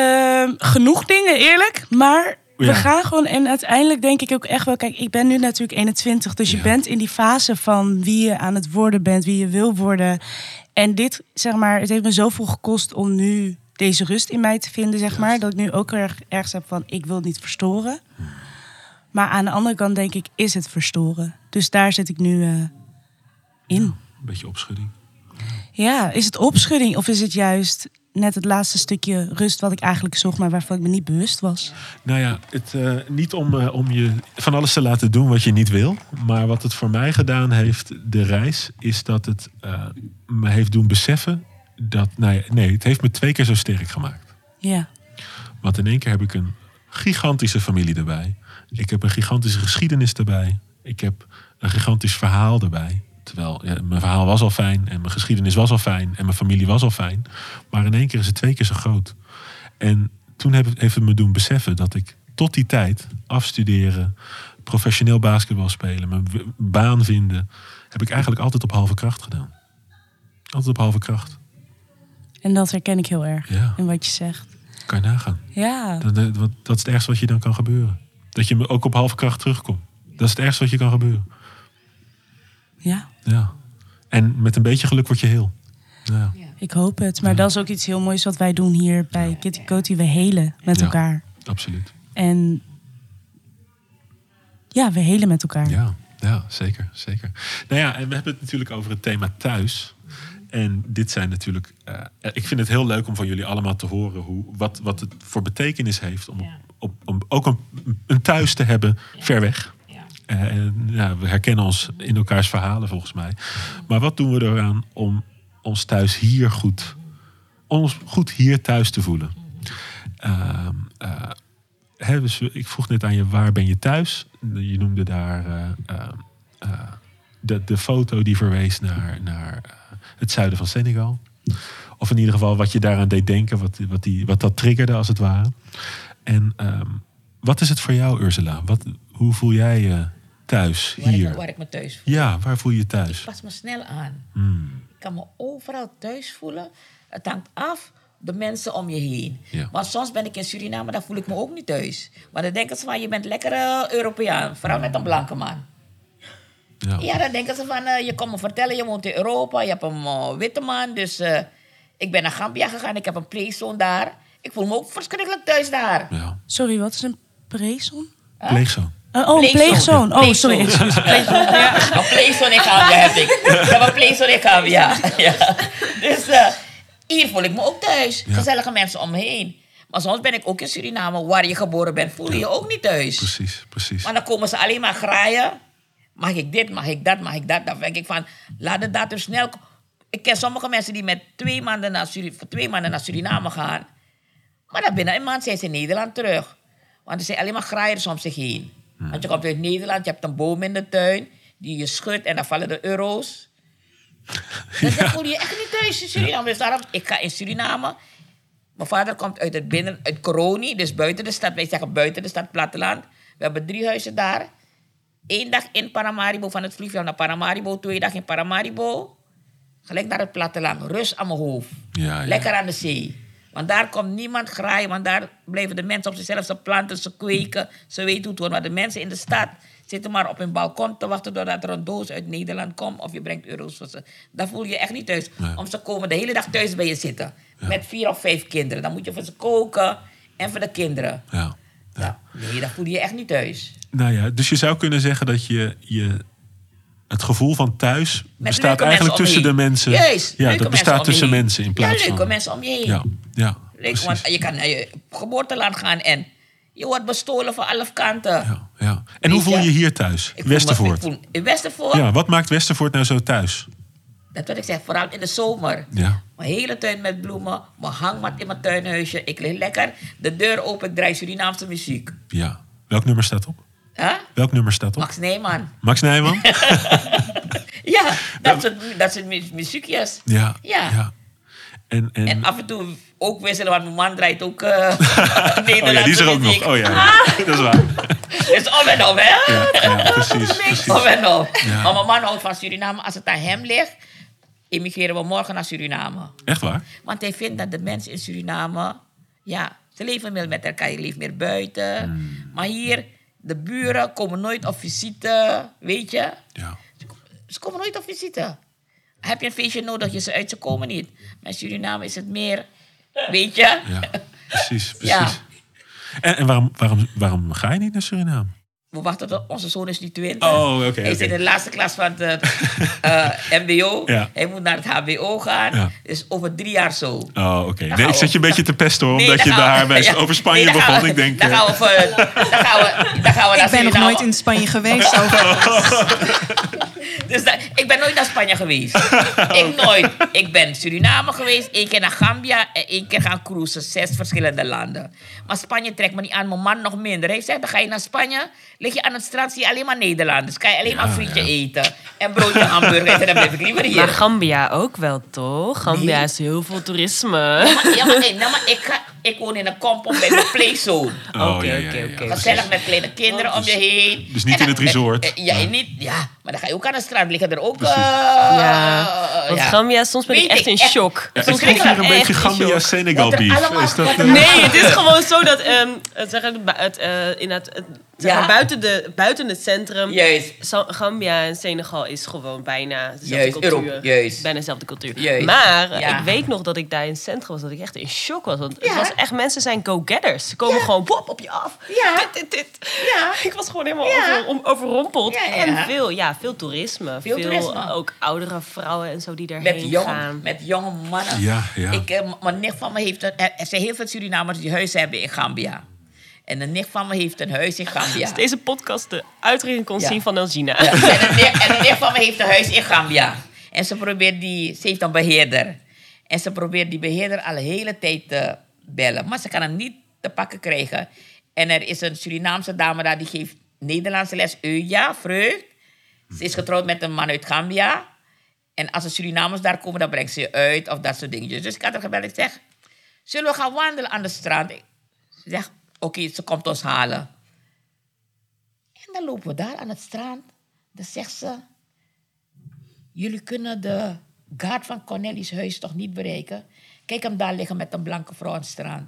Genoeg dingen, eerlijk. Maar we gaan gewoon... En uiteindelijk denk ik ook echt wel... Kijk, ik ben nu natuurlijk 21. Dus je bent in die fase van wie je aan het worden bent. Wie je wil worden. En dit, zeg maar... Het heeft me zoveel gekost om nu deze rust in mij te vinden, zeg maar. Dat ik nu ook ergens heb van... Ik wil het niet verstoren. Maar aan de andere kant denk ik... Is het verstoren? Dus daar zit ik nu in. Een beetje opschudding. Ja, is het opschudding? Of is het juist... net het laatste stukje rust wat ik eigenlijk zocht, maar waarvan ik me niet bewust was. Nou ja, niet om je van alles te laten doen wat je niet wil. Maar wat het voor mij gedaan heeft, de reis, is dat het me heeft doen beseffen dat... Nee, het heeft me 2 keer zo sterk gemaakt. Ja. Want in 1 keer heb ik een gigantische familie erbij. Ik heb een gigantische geschiedenis erbij. Ik heb een gigantisch verhaal erbij. Terwijl mijn verhaal was al fijn en mijn geschiedenis was al fijn en mijn familie was al fijn. Maar in 1 keer is het 2 keer zo groot. En toen heeft het me doen beseffen dat ik tot die tijd afstuderen, professioneel basketbal spelen, mijn baan vinden, heb ik eigenlijk altijd op halve kracht gedaan. Altijd op halve kracht. En dat herken ik heel erg in wat je zegt. Kan je nagaan. Ja. Dat is het ergste wat je dan kan gebeuren. Dat je ook op halve kracht terugkomt. Dat is het ergste wat je kan gebeuren. Ja. En met een beetje geluk word je heel. Ja. Ik hoop het. Maar dat is ook iets heel moois wat wij doen hier bij Kitty Koty. We helen met elkaar. Absoluut. En we helen met elkaar. Ja, zeker. Nou ja, en we hebben het natuurlijk over het thema thuis. En dit zijn natuurlijk... ik vind het heel leuk om van jullie allemaal te horen... wat het voor betekenis heeft om ook een thuis te hebben ver weg. We herkennen ons in elkaars verhalen volgens mij. Maar wat doen we eraan om ons thuis hier goed hier thuis te voelen? Dus ik vroeg net aan je, waar ben je thuis? Je noemde daar de foto die verwees naar het zuiden van Senegal. Of in ieder geval wat je daaraan deed denken, wat dat triggerde als het ware. En wat is het voor jou, Ursula? Hoe voel jij je thuis hier? Waar ik me thuis voel. Ja, waar voel je je thuis? Ik pas me snel aan. Ik kan me overal thuis voelen. Het hangt af de mensen om je heen. Ja. Maar soms ben ik in Suriname, dan voel ik me ook niet thuis. Maar dan denken ze van, je bent lekker Europeaan. Vooral met een blanke man. Ja, dan denken ze van, je komt me vertellen, je woont in Europa. Je hebt een witte man. Dus ik ben naar Gambia gegaan. Ik heb een pleegzoon daar. Ik voel me ook verschrikkelijk thuis daar. Ja. Sorry, wat is een pleegzoon? Pleegzoon. Een pleegzoon. Oh, sorry. Excuus. Een pleegzoon in Gambia heb ik. Ik heb een pleegzoon in Gambia. Ja. Dus hier voel ik me ook thuis. Ja. Gezellige mensen om me heen. Maar soms ben ik ook in Suriname, waar je geboren bent, voel je je ook niet thuis. Precies. Maar dan komen ze alleen maar graaien. Mag ik dit, mag ik dat, mag ik dat? Dan denk ik van, laat het datum snel... Ik ken sommige mensen die met 2 maanden naar Suriname gaan. Maar dan binnen een maand zijn ze in Nederland terug. Want er zijn alleen maar graaiers om zich heen. Want je komt uit Nederland, je hebt een boom in de tuin... die je schudt en dan vallen de euro's. Dus dan voel je je echt niet thuis in Suriname. Dus daarom, ik ga in Suriname... Mijn vader komt uit Coroni, dus buiten de stad. Wij zeggen buiten de stad, platteland. We hebben 3 huizen daar. 1 dag in Paramaribo, van het vliegveld naar Paramaribo. 2 dagen in Paramaribo. Gelijk naar het platteland. Rust aan mijn hoofd. Ja. Lekker aan de zee. Want daar komt niemand graaien. Want daar blijven de mensen op zichzelf. Ze planten, ze kweken. Ze weten hoe het wordt. Maar de mensen in de stad zitten maar op hun balkon te wachten... doordat er een doos uit Nederland komt. Of je brengt euro's voor ze. Daar voel je je echt niet thuis. Nee. Om ze komen de hele dag thuis bij je zitten. Ja. Met 4 of 5 kinderen. Dan moet je voor ze koken. En voor de kinderen. Ja. Nee, daar voel je je echt niet thuis. Nou ja, dus je zou kunnen zeggen dat je het gevoel van thuis bestaat eigenlijk tussen de mensen. Juist, ja, dat bestaat tussen mensen in plaats van... leuke mensen om je heen. Ja, leuk, want je kan naar je geboorteland gaan en je wordt bestolen van alle kanten. Ja. En hoe voel je hier thuis? Westervoort. In Westervoort? Ja, wat maakt Westervoort nou zo thuis? Dat wat ik zeg, vooral in de zomer. Ja. Mijn hele tuin met bloemen, mijn hangmat in mijn tuinhuisje. Ik lig lekker, de deur open, ik draai Surinaamse muziek. Ja. Welk nummer staat op? Huh? Welk nummer staat op? Max Nijman. Max Nijman? Ja, dat soort muziekjes. Ja. En af en toe ook wisselen, want mijn man draait ook Nederlandse oh ja, die is er ook muziek. nog. Oh ja, dat is waar. Dus om en om, hè? Ja, precies. Om en om. Ja. Maar mijn man houdt van Suriname. Als het aan hem ligt, emigreren we morgen naar Suriname. Echt waar? Want hij vindt dat de mensen in Suriname... Ja, Ze leven meer met elkaar, je leeft meer buiten. Maar hier, de buren komen nooit op visite, weet je. Ja. Ze komen nooit op visite. Heb je een feestje nodig, ze komen niet. Maar in Suriname is het meer, weet je. Ja, precies. Ja. En waarom ga je niet naar Suriname? We wachten tot onze zoon is nu 20. Oh, oké. Hij is in de laatste klas van het mbo. Ja. Hij moet naar het hbo gaan. Ja. Dus over 3 jaar zo. Oh, oké. Dan Nee, gaan ik zet je een beetje te pesten hoor, Nee, omdat dan je gaan we- daar bij ja. over Spanje Nee, dan gaan begon. we- Ik denk... Dan gaan we naar Ik ben nog Suriname. nooit in Spanje geweest. Dus ik ben nooit naar Spanje geweest. Ik nooit. Ik ben Suriname geweest, 1 keer naar Gambia en 1 keer gaan cruisen. 6 verschillende landen. Maar Spanje trekt me niet aan, mijn man nog minder. Hij zegt, dan ga je naar Spanje, lig je aan het strand, zie je alleen maar Nederlanders. Kan je alleen maar frietje eten. En broodje hamburgers en dan blijf ik liever hier. Maar Gambia ook wel, toch? Gambia Nee. is heel veel toerisme. Maar ik woon in een compound bij mijn playzone. Oké. Gezellig met kleine kinderen om je heen. dus niet En in het resort. Maar dan ga je ook aan de straat liggen er ook. Ja, want Gambia, soms ben ik Weet echt ik, in echt. shock. Ja, ik Soms proef ben hier een echt beetje in Gambia shock. Senegal Wat er beef. allemaal- Is dat, wat er- Nee, het is gewoon zo dat zeg maar, Ja. buiten het centrum... Juist. Gambia en Senegal is gewoon bijna dezelfde Juist, cultuur. Europa, juist. Bijna dezelfde cultuur. Juist. Maar Ja. ik weet nog dat ik daar in het centrum was, dat ik echt in shock was. Want Ja. het was echt, mensen zijn go-getters. Ze komen gewoon wop op je af. Ja. Dit. Ja. Ik was gewoon helemaal Ja. overrompeld. Ja. En veel toerisme. Veel toerisme. Ook oudere vrouwen en zo die daarheen gaan. Met jonge mannen. Ja. Mijn nicht van me heeft er zijn heel veel Surinamers die huis hebben in Gambia. En een nicht van me heeft een huis in Gambia. Dus deze podcast de uitdrukking kon Ja. zien van Elgina. Ja. En een nicht van me heeft een huis in Gambia. En ze heeft een beheerder. En ze probeert die beheerder al de hele tijd te bellen. Maar ze kan hem niet te pakken krijgen. En er is een Surinaamse dame daar die geeft Nederlandse les. Euja, vreugd. Ze is getrouwd met een man uit Gambia. En als de Surinamers daar komen, dan brengt ze je uit of dat soort dingetjes. Dus ik had haar gebeld. Ik zeg, zullen we gaan wandelen aan de strand? Ze zegt, oké, ze komt ons halen. En dan lopen we daar aan het strand. Dan zegt ze, jullie kunnen de guard van Cornelis huis toch niet bereiken? Kijk hem daar liggen met een blanke vrouw aan het strand.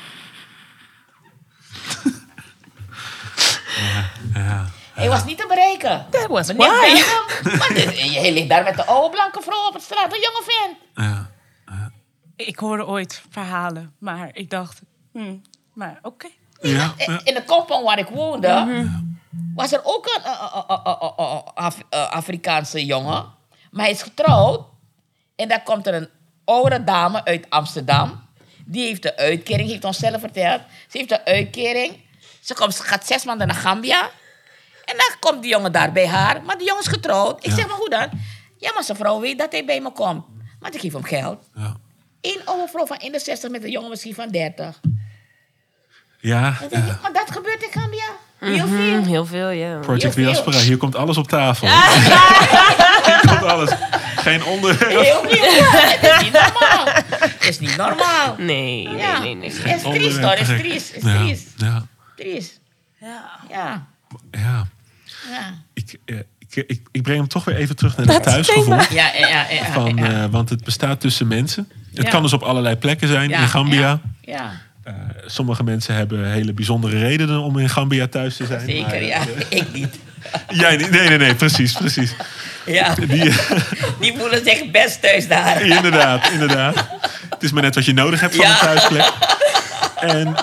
Ja. Hij was niet te bereiken. That was Meneer why. Beckham, maar hij ligt daar met de oude blanke vrouw op het strand. Een jonge vent. Ja. Ik hoorde ooit verhalen, maar ik dacht, maar oké. Ja. In de compound waar ik woonde, was er ook een Afrikaanse jongen. Maar hij is getrouwd. En daar komt er een oude dame uit Amsterdam. Die heeft de uitkering, heeft ons zelf verteld. Ze heeft de uitkering. Ze gaat 6 maanden naar Gambia. En dan komt die jongen daar bij haar. Maar die jongen is getrouwd. Ik zeg, maar hoe dan? Ja, maar zijn vrouw weet dat hij bij me komt. Maar ik geef hem geld. Ja. Eén oude vrouw van 61 met een jongen misschien van 30. Ja. Dan denk ik, maar dat gebeurt in Gambia. Heel veel. Heel veel, ja. Project Heel veel. Diaspora, hier komt alles op tafel. Hier komt alles. Geen onderwerp. Heel veel. Ja, het is niet normaal. Het is niet normaal. Nee. Het is triest hoor. Het is triest. Het is triest. Ja. Triest. Ja. Ja. Ja. Ja. Ik breng hem toch weer even terug naar het thuisgevoel. Ja. Want het bestaat tussen mensen. Het Ja. kan dus op allerlei plekken zijn. Ja, In Gambia. Ja. Sommige mensen hebben hele bijzondere redenen om in Gambia thuis te zijn. Zeker, maar, ja. Ik niet. Jij niet? Nee. Precies. Ja. Die voelen zich best thuis daar. Inderdaad. Het is maar net wat je nodig hebt van Ja. een thuisplek. En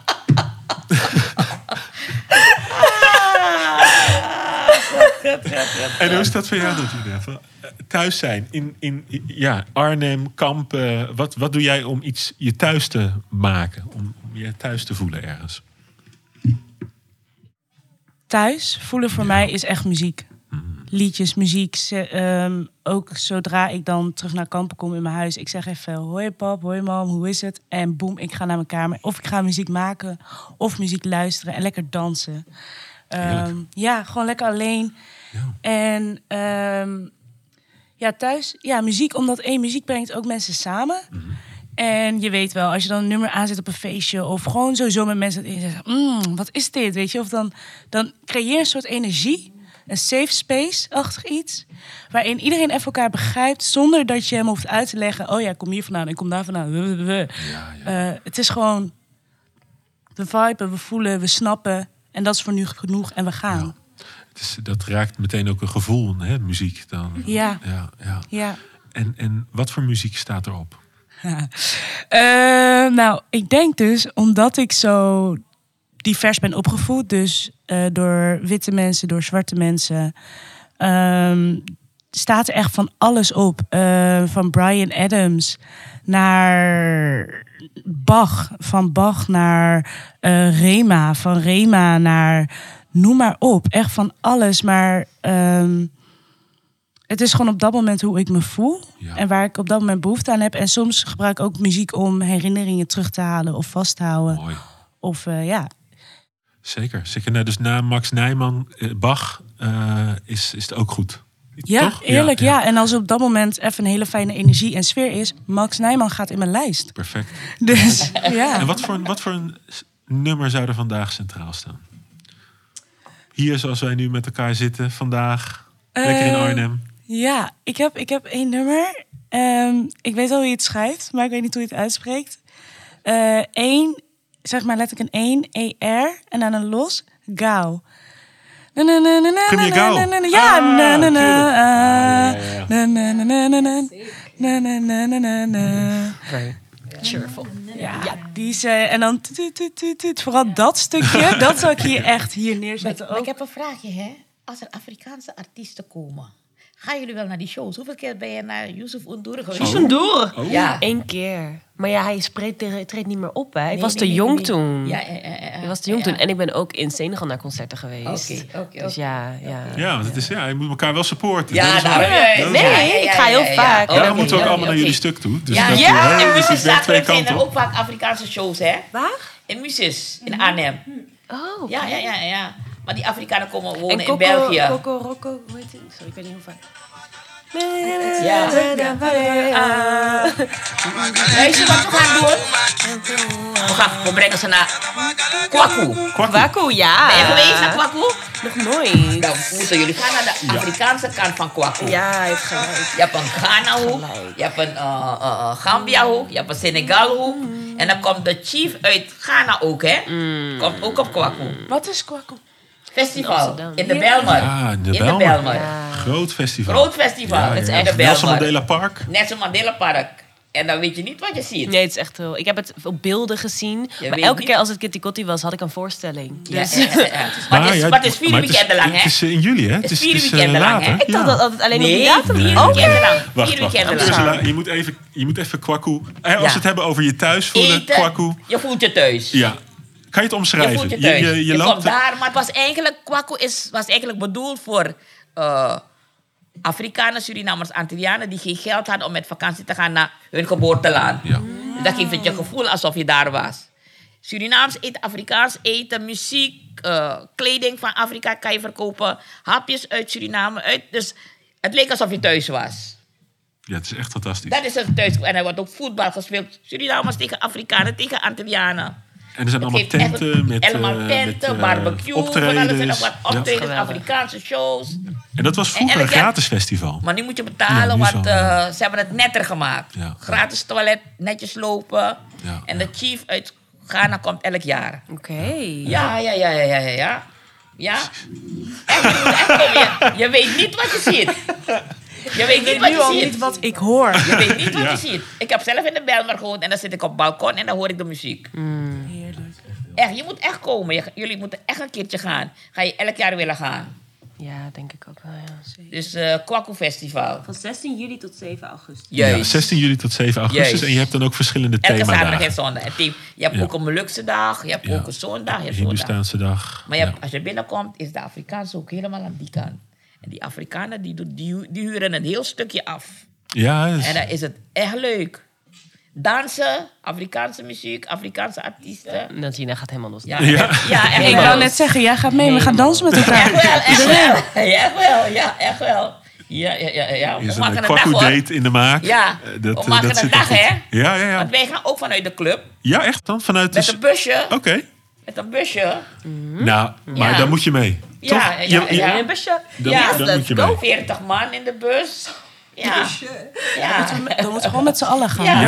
en hoe is dat voor jou, Dortine? Thuis zijn in Arnhem, Kampen. Wat doe jij om iets je thuis te maken? Om je thuis te voelen ergens? Thuis voelen voor mij is echt muziek. Liedjes, muziek. Ook zodra ik dan terug naar Kampen kom in mijn huis. Ik zeg even, hoi pap, hoi mam, hoe is het? En boem, ik ga naar mijn kamer. Of ik ga muziek maken, of muziek luisteren en lekker dansen. Ja, gewoon lekker alleen. Ja. En thuis, muziek, omdat muziek brengt ook mensen samen. En je weet wel, als je dan een nummer aanzet op een feestje of gewoon sowieso met mensen en je zegt, wat is dit, weet je? Of dan creëer je een soort energie, een safe space-achtig iets, waarin iedereen even elkaar begrijpt zonder dat je hem hoeft uit te leggen, oh ja, ik kom hier vandaan, ik kom daar vandaan. Het is gewoon We viben, we voelen, we snappen. En dat is voor nu genoeg en we gaan. Dat raakt meteen ook een gevoel, hè, muziek dan. Ja. Ja. En wat voor muziek staat erop? Nou, ik denk dus, omdat ik zo divers ben opgevoed... dus door witte mensen, door zwarte mensen... staat er echt van alles op. Van Bryan Adams naar Bach. Van Bach naar Rema. Van Rema naar... Noem maar op. Echt van alles. Maar het is gewoon op dat moment hoe ik me voel. Ja. En waar ik op dat moment behoefte aan heb. En soms gebruik ik ook muziek om herinneringen terug te halen of vast te houden. Mooi. Of Zeker. Nou, dus na Max Nijman, Bach is het ook goed. Ja, Toch? eerlijk, ja. En als er op dat moment even een hele fijne energie en sfeer is... Max Nijman gaat in mijn lijst. Perfect. Dus, ja. En wat voor een nummer zou er vandaag centraal staan? Hier, zoals wij nu met elkaar zitten, vandaag. Lekker in Arnhem. Ja, ik heb 1 nummer. Ik weet al hoe je het schrijft, maar ik weet niet hoe je het uitspreekt. 1, zeg maar letterlijk een 1, ER, en dan een los, Gauw. Premier Gauw. Ja, Very cheerful. Ja, die is... En dan... Vooral dat stukje, dat zal ik hier neerzetten. Maar ik heb een vraagje, hè. Als er Afrikaanse artiesten komen... Gaan jullie wel naar die shows? Hoeveel keer ben je naar Yusuf N'Dour geweest? Yusuf N'Dour? Oh. Ja. 1 keer. Maar ja, hij treedt niet meer op, hè. Ik was te jong toen. Ja. Ik was te jong toen. En ik ben ook in Senegal naar concerten geweest. Oké. Dus ja. Ja, want het is, je moet elkaar wel supporten. Ja, Dat is wel- daarom- dat is wel- Nee, ik ga heel vaak. Oh, Daarom oké, moeten we ook ja, allemaal naar oké. jullie stuk toe. Dus Ja, dat, ja. hè, En dus het Muses werkt twee zijn kanten er op. ook vaak Afrikaanse shows, hè? Waar? In Muses, in Arnhem. Oh, oké. Ja. Maar die Afrikanen komen En wonen in België. Coco, Rocco, hoe heet het? Sorry, ik weet niet hoe vaak. Ja. Weet je wat we gaan doen? We brengen ze naar Kwaku. Kwaku, ja. Ben je geweest naar Kwaku? Nog nooit. Dan moeten jullie gaan naar de Afrikaanse kant van Kwaku. Ja, hij heeft gelijk. Je hebt een Ghana-hoek, je hebt een Gambia-hoek, je hebt een Senegal-hoek. En dan komt de chief uit Ghana ook, hè? Komt ook op Kwaku. Wat is Kwaku? Festival Amsterdam. in de Belmer. Ja, in de In Belmer. Belmer. Groot festival. Groot festival. Ja, Het is ja. echt de Nelson Belmer. Mandela Park. Nelson Mandela Park. En dan weet je niet wat je ziet. Nee, het is echt heel... Ik heb het op beelden gezien. Je Maar weet elke niet. keer als het Kitty Kotti was, had ik een voorstelling. Ja, Dus Maar het is 4 weekenden lang, Het hè? is in juli, hè? Het is 4 weekenden lang, hè? ik dacht dat altijd alleen op die Nee, datum. 4 Oh, weekenden lang. Wacht. 4 weekenden lang. Ursula, je moet even Kwaku... Als we Ja. het hebben over je thuis voelen, Eten, Kwaku... je voelt je thuis. Ja. Kan je het omschrijven? Je voelt je thuis. Je Je loopt komt daar, maar het was eigenlijk... Kwaku was eigenlijk bedoeld voor Afrikanen, Surinamers, Antillianen... die geen geld hadden om met vakantie te gaan naar hun geboorteland. Ja. Dus dat geeft het je gevoel alsof je daar was. Surinaams eten, Afrikaans eten, muziek, kleding van Afrika kan je verkopen. Hapjes uit Suriname. Dus het leek alsof je thuis was. Ja, het is echt fantastisch. Dat is het thuis. En er wordt ook voetbal gespeeld. Surinamers tegen Afrikanen, tegen Antillianen. En er zijn allemaal Het geeft echt tenten met, allemaal tenten, met barbecue, van alles en nog optredens. wat. Ja. Optredens, Geweldig. Afrikaanse shows. En dat was vroeger En een elk jaar- gratis festival. Maar nu moet je Ja, betalen, nu want zo, ja. ze hebben het netter gemaakt. Ja. Gratis toilet, netjes lopen. Ja, En ja. de chief uit Ghana komt elk jaar. Oké. Ja. Ja. Echt, je moet echt komen. Je weet niet wat je ziet. Je weet niet wat Nu je al ziet. niet wat ik hoor. Je weet niet wat Ja. je ziet. Ik heb zelf in de Belmer gewoond en dan zit ik op het balkon en dan hoor ik de muziek. Heerlijk. Echt, je moet echt komen. Jullie moeten echt een keertje gaan. Ga je elk jaar willen gaan. Ja, denk ik ook wel, ja. Dus Kwaku Festival. Van 16 juli tot 7 augustus. Ja, Juist. 16 juli tot 7 augustus. Juist. En je hebt dan ook verschillende Elke zaterdag en themadagen. zondag. Je hebt Ja. ook een Molukse dag. Je hebt Ja. ook een zondag. Je hebt zondag. Hindoestaanse dag. Maar als je binnenkomt, is de Afrikaanse ook helemaal aan die kant. En die Afrikanen die huren een heel stukje af. Ja, dus- En dan is het echt leuk. Dansen, Afrikaanse muziek, Afrikaanse artiesten. Natina gaat helemaal los. Ja, Ja. echt Ik wel. wou net zeggen, jij gaat mee, we gaan dansen met elkaar. Echt wel. Ja, echt wel. Ja, echt wel. Ja. er We is maken een een dag, hoor. Kwaku-date in de maak. Ja, we maken een zit er dag, goed. hè? Ja. Want wij gaan ook vanuit de club. Ja, echt dan? Vanuit Met de... een busje. Oké. Met een busje. Nou, maar Ja. dan moet je mee. Ja, Toch? ja. Een busje. Dan, Ja, dan moet je mee. 40 man in de bus. Ja. Ja. Dan moeten we gewoon met z'n allen gaan. Ja. Heerlijk.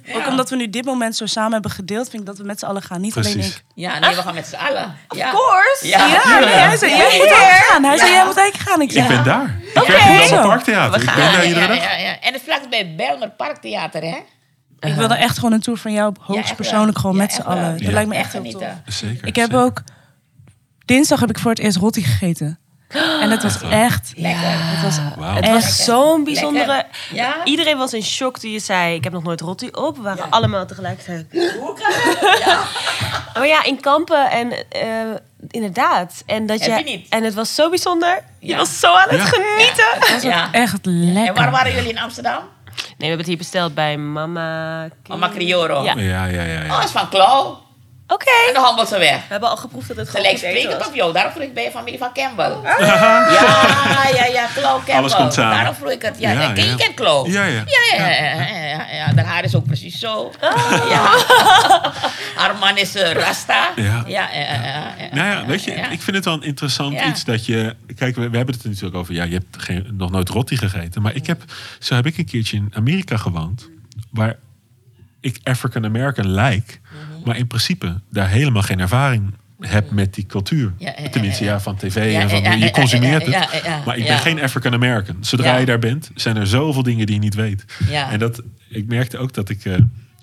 Ook omdat we nu dit moment zo samen hebben gedeeld, vind ik dat we met z'n allen gaan. Niet alleen Precies. ik. Ja, nee, we gaan met z'n allen. Ja. Of course. Ja. Hij zei, jij moet ook gaan. Hij zei, jij moet eigenlijk gaan. Ik ben daar. Ik werk in het Belmer Parktheater. Ik ben daar iedere dag. Ja. En het vlak bij Belmer Parktheater, hè? Ik wilde echt gewoon een tour van jou, hoogstpersoonlijk, gewoon met z'n allen. Dat lijkt me echt heel tof. Zeker. Ik heb ook... Dinsdag heb ik voor het eerst rotti gegeten. En het was echt... Lekker. Het was Wauw. Het was zo'n bijzondere... Lekker. Ja? Iedereen was in shock toen je zei... ik heb nog nooit rotti op. We waren allemaal tegelijkertijd... Hoe kan het? Ja. Maar ja, in Kampen en inderdaad. En, dat Heb je niet? en het was zo bijzonder. Je Ja. was zo aan het Ja. genieten. Ja. echt En waar lekker. waren jullie in Amsterdam? Nee, we hebben het hier besteld bij Mama... Mama Crioro. Ja. Ja. Oh, dat is van Klauw. Oké. En de Hamburgse weg. We hebben al geproefd dat het Ze gewoon lijkt goed eten sprekend was. op jou. Daarom vroeg ik bij je familie van Campbell. Ja, Klauw Campbell. Alles komt samen. Daarom vroeg ik het. Ja, Ja, je ja. kent Klauw. Ja. Ja, haar haar is ook precies zo. Ja. Haar man is Rasta. Ja. Ja. Nou ja, weet je, Ja. ik vind het wel een interessant Ja. iets dat je... Kijk, we hebben het er natuurlijk over. Ja, je hebt nog nooit rotti gegeten. Maar zo heb ik een keertje in Amerika gewoond. Waar ik African American lijk. Maar in principe daar helemaal geen ervaring heb met die cultuur. Ja. Tenminste, ja, van tv en van Ja. je consumeert het. Ja. Maar ik ben geen African American. Zodra Ja. je daar bent, zijn er zoveel dingen die je niet weet. Ja. En ik merkte ook dat ik...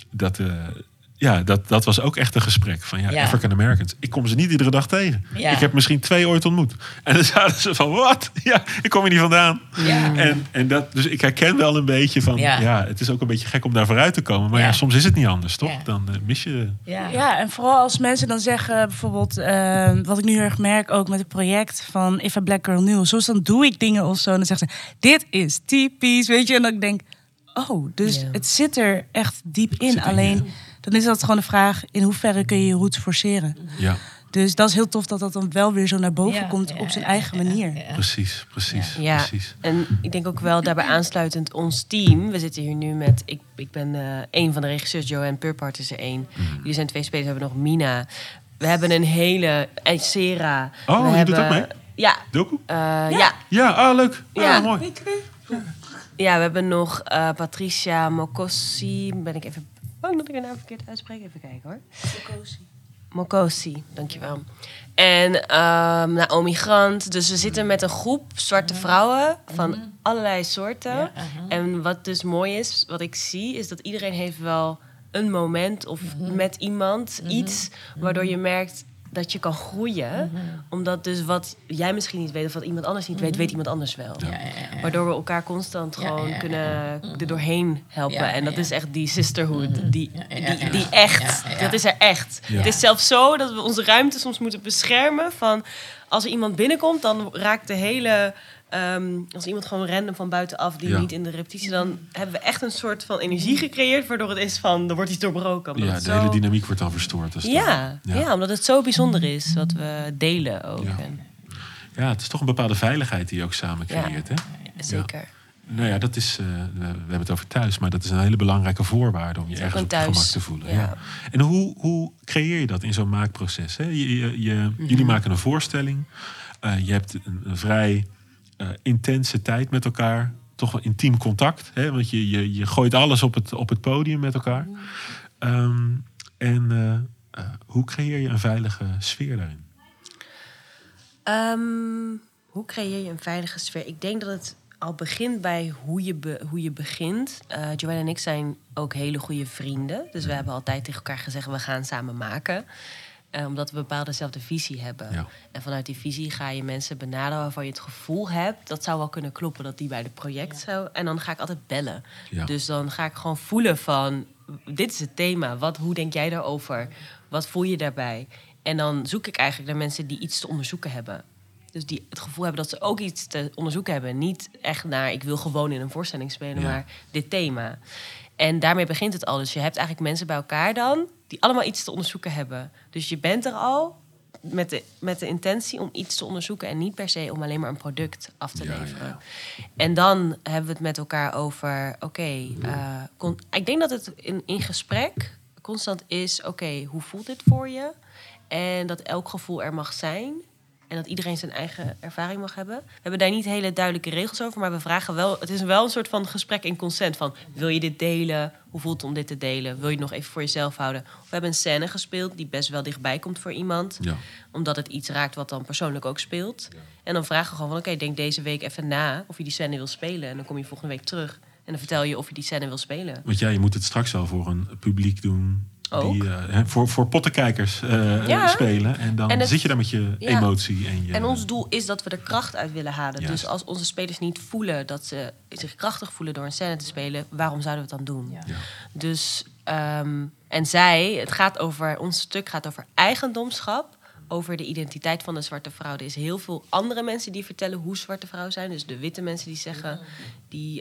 dat was ook echt een gesprek van Ja. African Americans. Ik kom ze niet iedere dag tegen. Ja. Ik heb misschien 2 ooit ontmoet. En dan zaten ze van, wat? Ja, ik kom hier niet vandaan. Ja. Dus ik herken wel een beetje van, Ja. het is ook een beetje gek om daar vooruit te komen. Maar Ja. soms is het niet anders, toch? Ja. Dan mis je... Ja, en vooral als mensen dan zeggen, bijvoorbeeld, wat ik nu heel erg merk ook met het project van If a Black Girl Knew. Soms dan doe ik dingen of zo en dan zeggen ze, dit is typisch, weet je. En dan denk ik, oh, dus het zit er echt diep in. Alleen, dan is dat gewoon de vraag, in hoeverre kun je je roots forceren? Ja, Dus dat is heel tof dat dat dan wel weer zo naar boven komt op zijn eigen manier. precies. Ja, precies. en ik denk ook wel daarbij aansluitend ons team. We zitten hier nu met... Ik ben een van de regisseurs, Joanne Purpart is er één. Jullie zijn 2 spelers, we hebben nog Mina. We hebben een hele... Sera. Oh, we je doet ook mee? Ja. Doku? Ja. Ja, leuk. Ja. Mooi. Ja, we hebben nog Patricia Mokosi. Ben ik even bang dat ik haar naam verkeerd uitspreek? Even kijken hoor. Mokosi, dankjewel. En Naomi Grant. Dus we zitten met een groep zwarte vrouwen van allerlei soorten. En wat dus mooi is, wat ik zie, is dat iedereen heeft wel een moment of met iemand iets waardoor je merkt dat je kan groeien. Omdat dus wat jij misschien niet weet of wat iemand anders niet weet, weet iemand anders wel. Waardoor we elkaar constant gewoon kunnen er doorheen helpen. En dat is echt die sisterhood. Die echt. Dat is er echt. Ja. Het is zelfs zo dat we onze ruimte soms moeten beschermen van als er iemand binnenkomt, dan raakt de hele... als iemand gewoon random van buitenaf die niet in de repetitie, dan hebben we echt een soort van energie gecreëerd, waardoor het is van er wordt iets doorbroken. Omdat Ja, het de zo... hele dynamiek wordt dan verstoord. Dus Ja, omdat het zo bijzonder is wat we delen ook. Ja. En, Ja, het is toch een bepaalde veiligheid die je ook samen creëert. Hè? zeker. Nou ja, dat is, we hebben het over thuis, maar dat is een hele belangrijke voorwaarde om je ergens op je gemak te voelen. Ja. En hoe creëer je dat in zo'n maakproces? Hè? Jullie maken een voorstelling. Je hebt een vrij intense tijd met elkaar. Toch wel intiem contact. Hè? Want je gooit alles op het podium met elkaar. Hoe creëer je een veilige sfeer daarin? Hoe creëer je een veilige sfeer? Ik denk dat het al begint bij hoe je begint. Joanne en ik zijn ook hele goede vrienden. Dus we hebben altijd tegen elkaar gezegd, we gaan samen maken. Omdat we een bepaaldezelfde visie hebben. Ja. En vanuit die visie ga je mensen benaderen waarvan je het gevoel hebt, dat zou wel kunnen kloppen, dat die bij het project zou. En dan ga ik altijd bellen. Ja. Dus dan ga ik gewoon voelen van, dit is het thema. Hoe denk jij daarover? Wat voel je daarbij? En dan zoek ik eigenlijk naar mensen die iets te onderzoeken hebben. Dus die het gevoel hebben dat ze ook iets te onderzoeken hebben. Niet echt naar, ik wil gewoon in een voorstelling spelen, maar dit thema. En daarmee begint het al. Dus je hebt eigenlijk mensen bij elkaar dan, die allemaal iets te onderzoeken hebben. Dus je bent er al met de intentie om iets te onderzoeken en niet per se om alleen maar een product af te leveren. En dan hebben we het met elkaar over, ik denk dat het in gesprek constant is, hoe voelt dit voor je? En dat elk gevoel er mag zijn. En dat iedereen zijn eigen ervaring mag hebben. We hebben daar niet hele duidelijke regels over, maar we vragen wel... Het is wel een soort van gesprek in consent van... wil je dit delen? Hoe voelt het om dit te delen? Wil je het nog even voor jezelf houden? We hebben een scène gespeeld die best wel dichtbij komt voor iemand. Ja. Omdat het iets raakt wat dan persoonlijk ook speelt. Ja. En dan vragen we gewoon van... oké, denk deze week even na of je die scène wil spelen. En dan kom je volgende week terug. En dan vertel je of je die scène wil spelen. Want je moet het straks wel voor een publiek doen... Ook. Die voor pottenkijkers spelen. En dan zit je daar met je emotie. En ons doel is dat we er kracht uit willen halen. Juist. Dus als onze spelers niet voelen dat ze zich krachtig voelen door een scène te spelen... waarom zouden we het dan doen? Ja. Dus, ons stuk gaat over eigendomschap... over de identiteit van de zwarte vrouw. Er is heel veel andere mensen die vertellen hoe zwarte vrouwen zijn. Dus de witte mensen die zeggen... die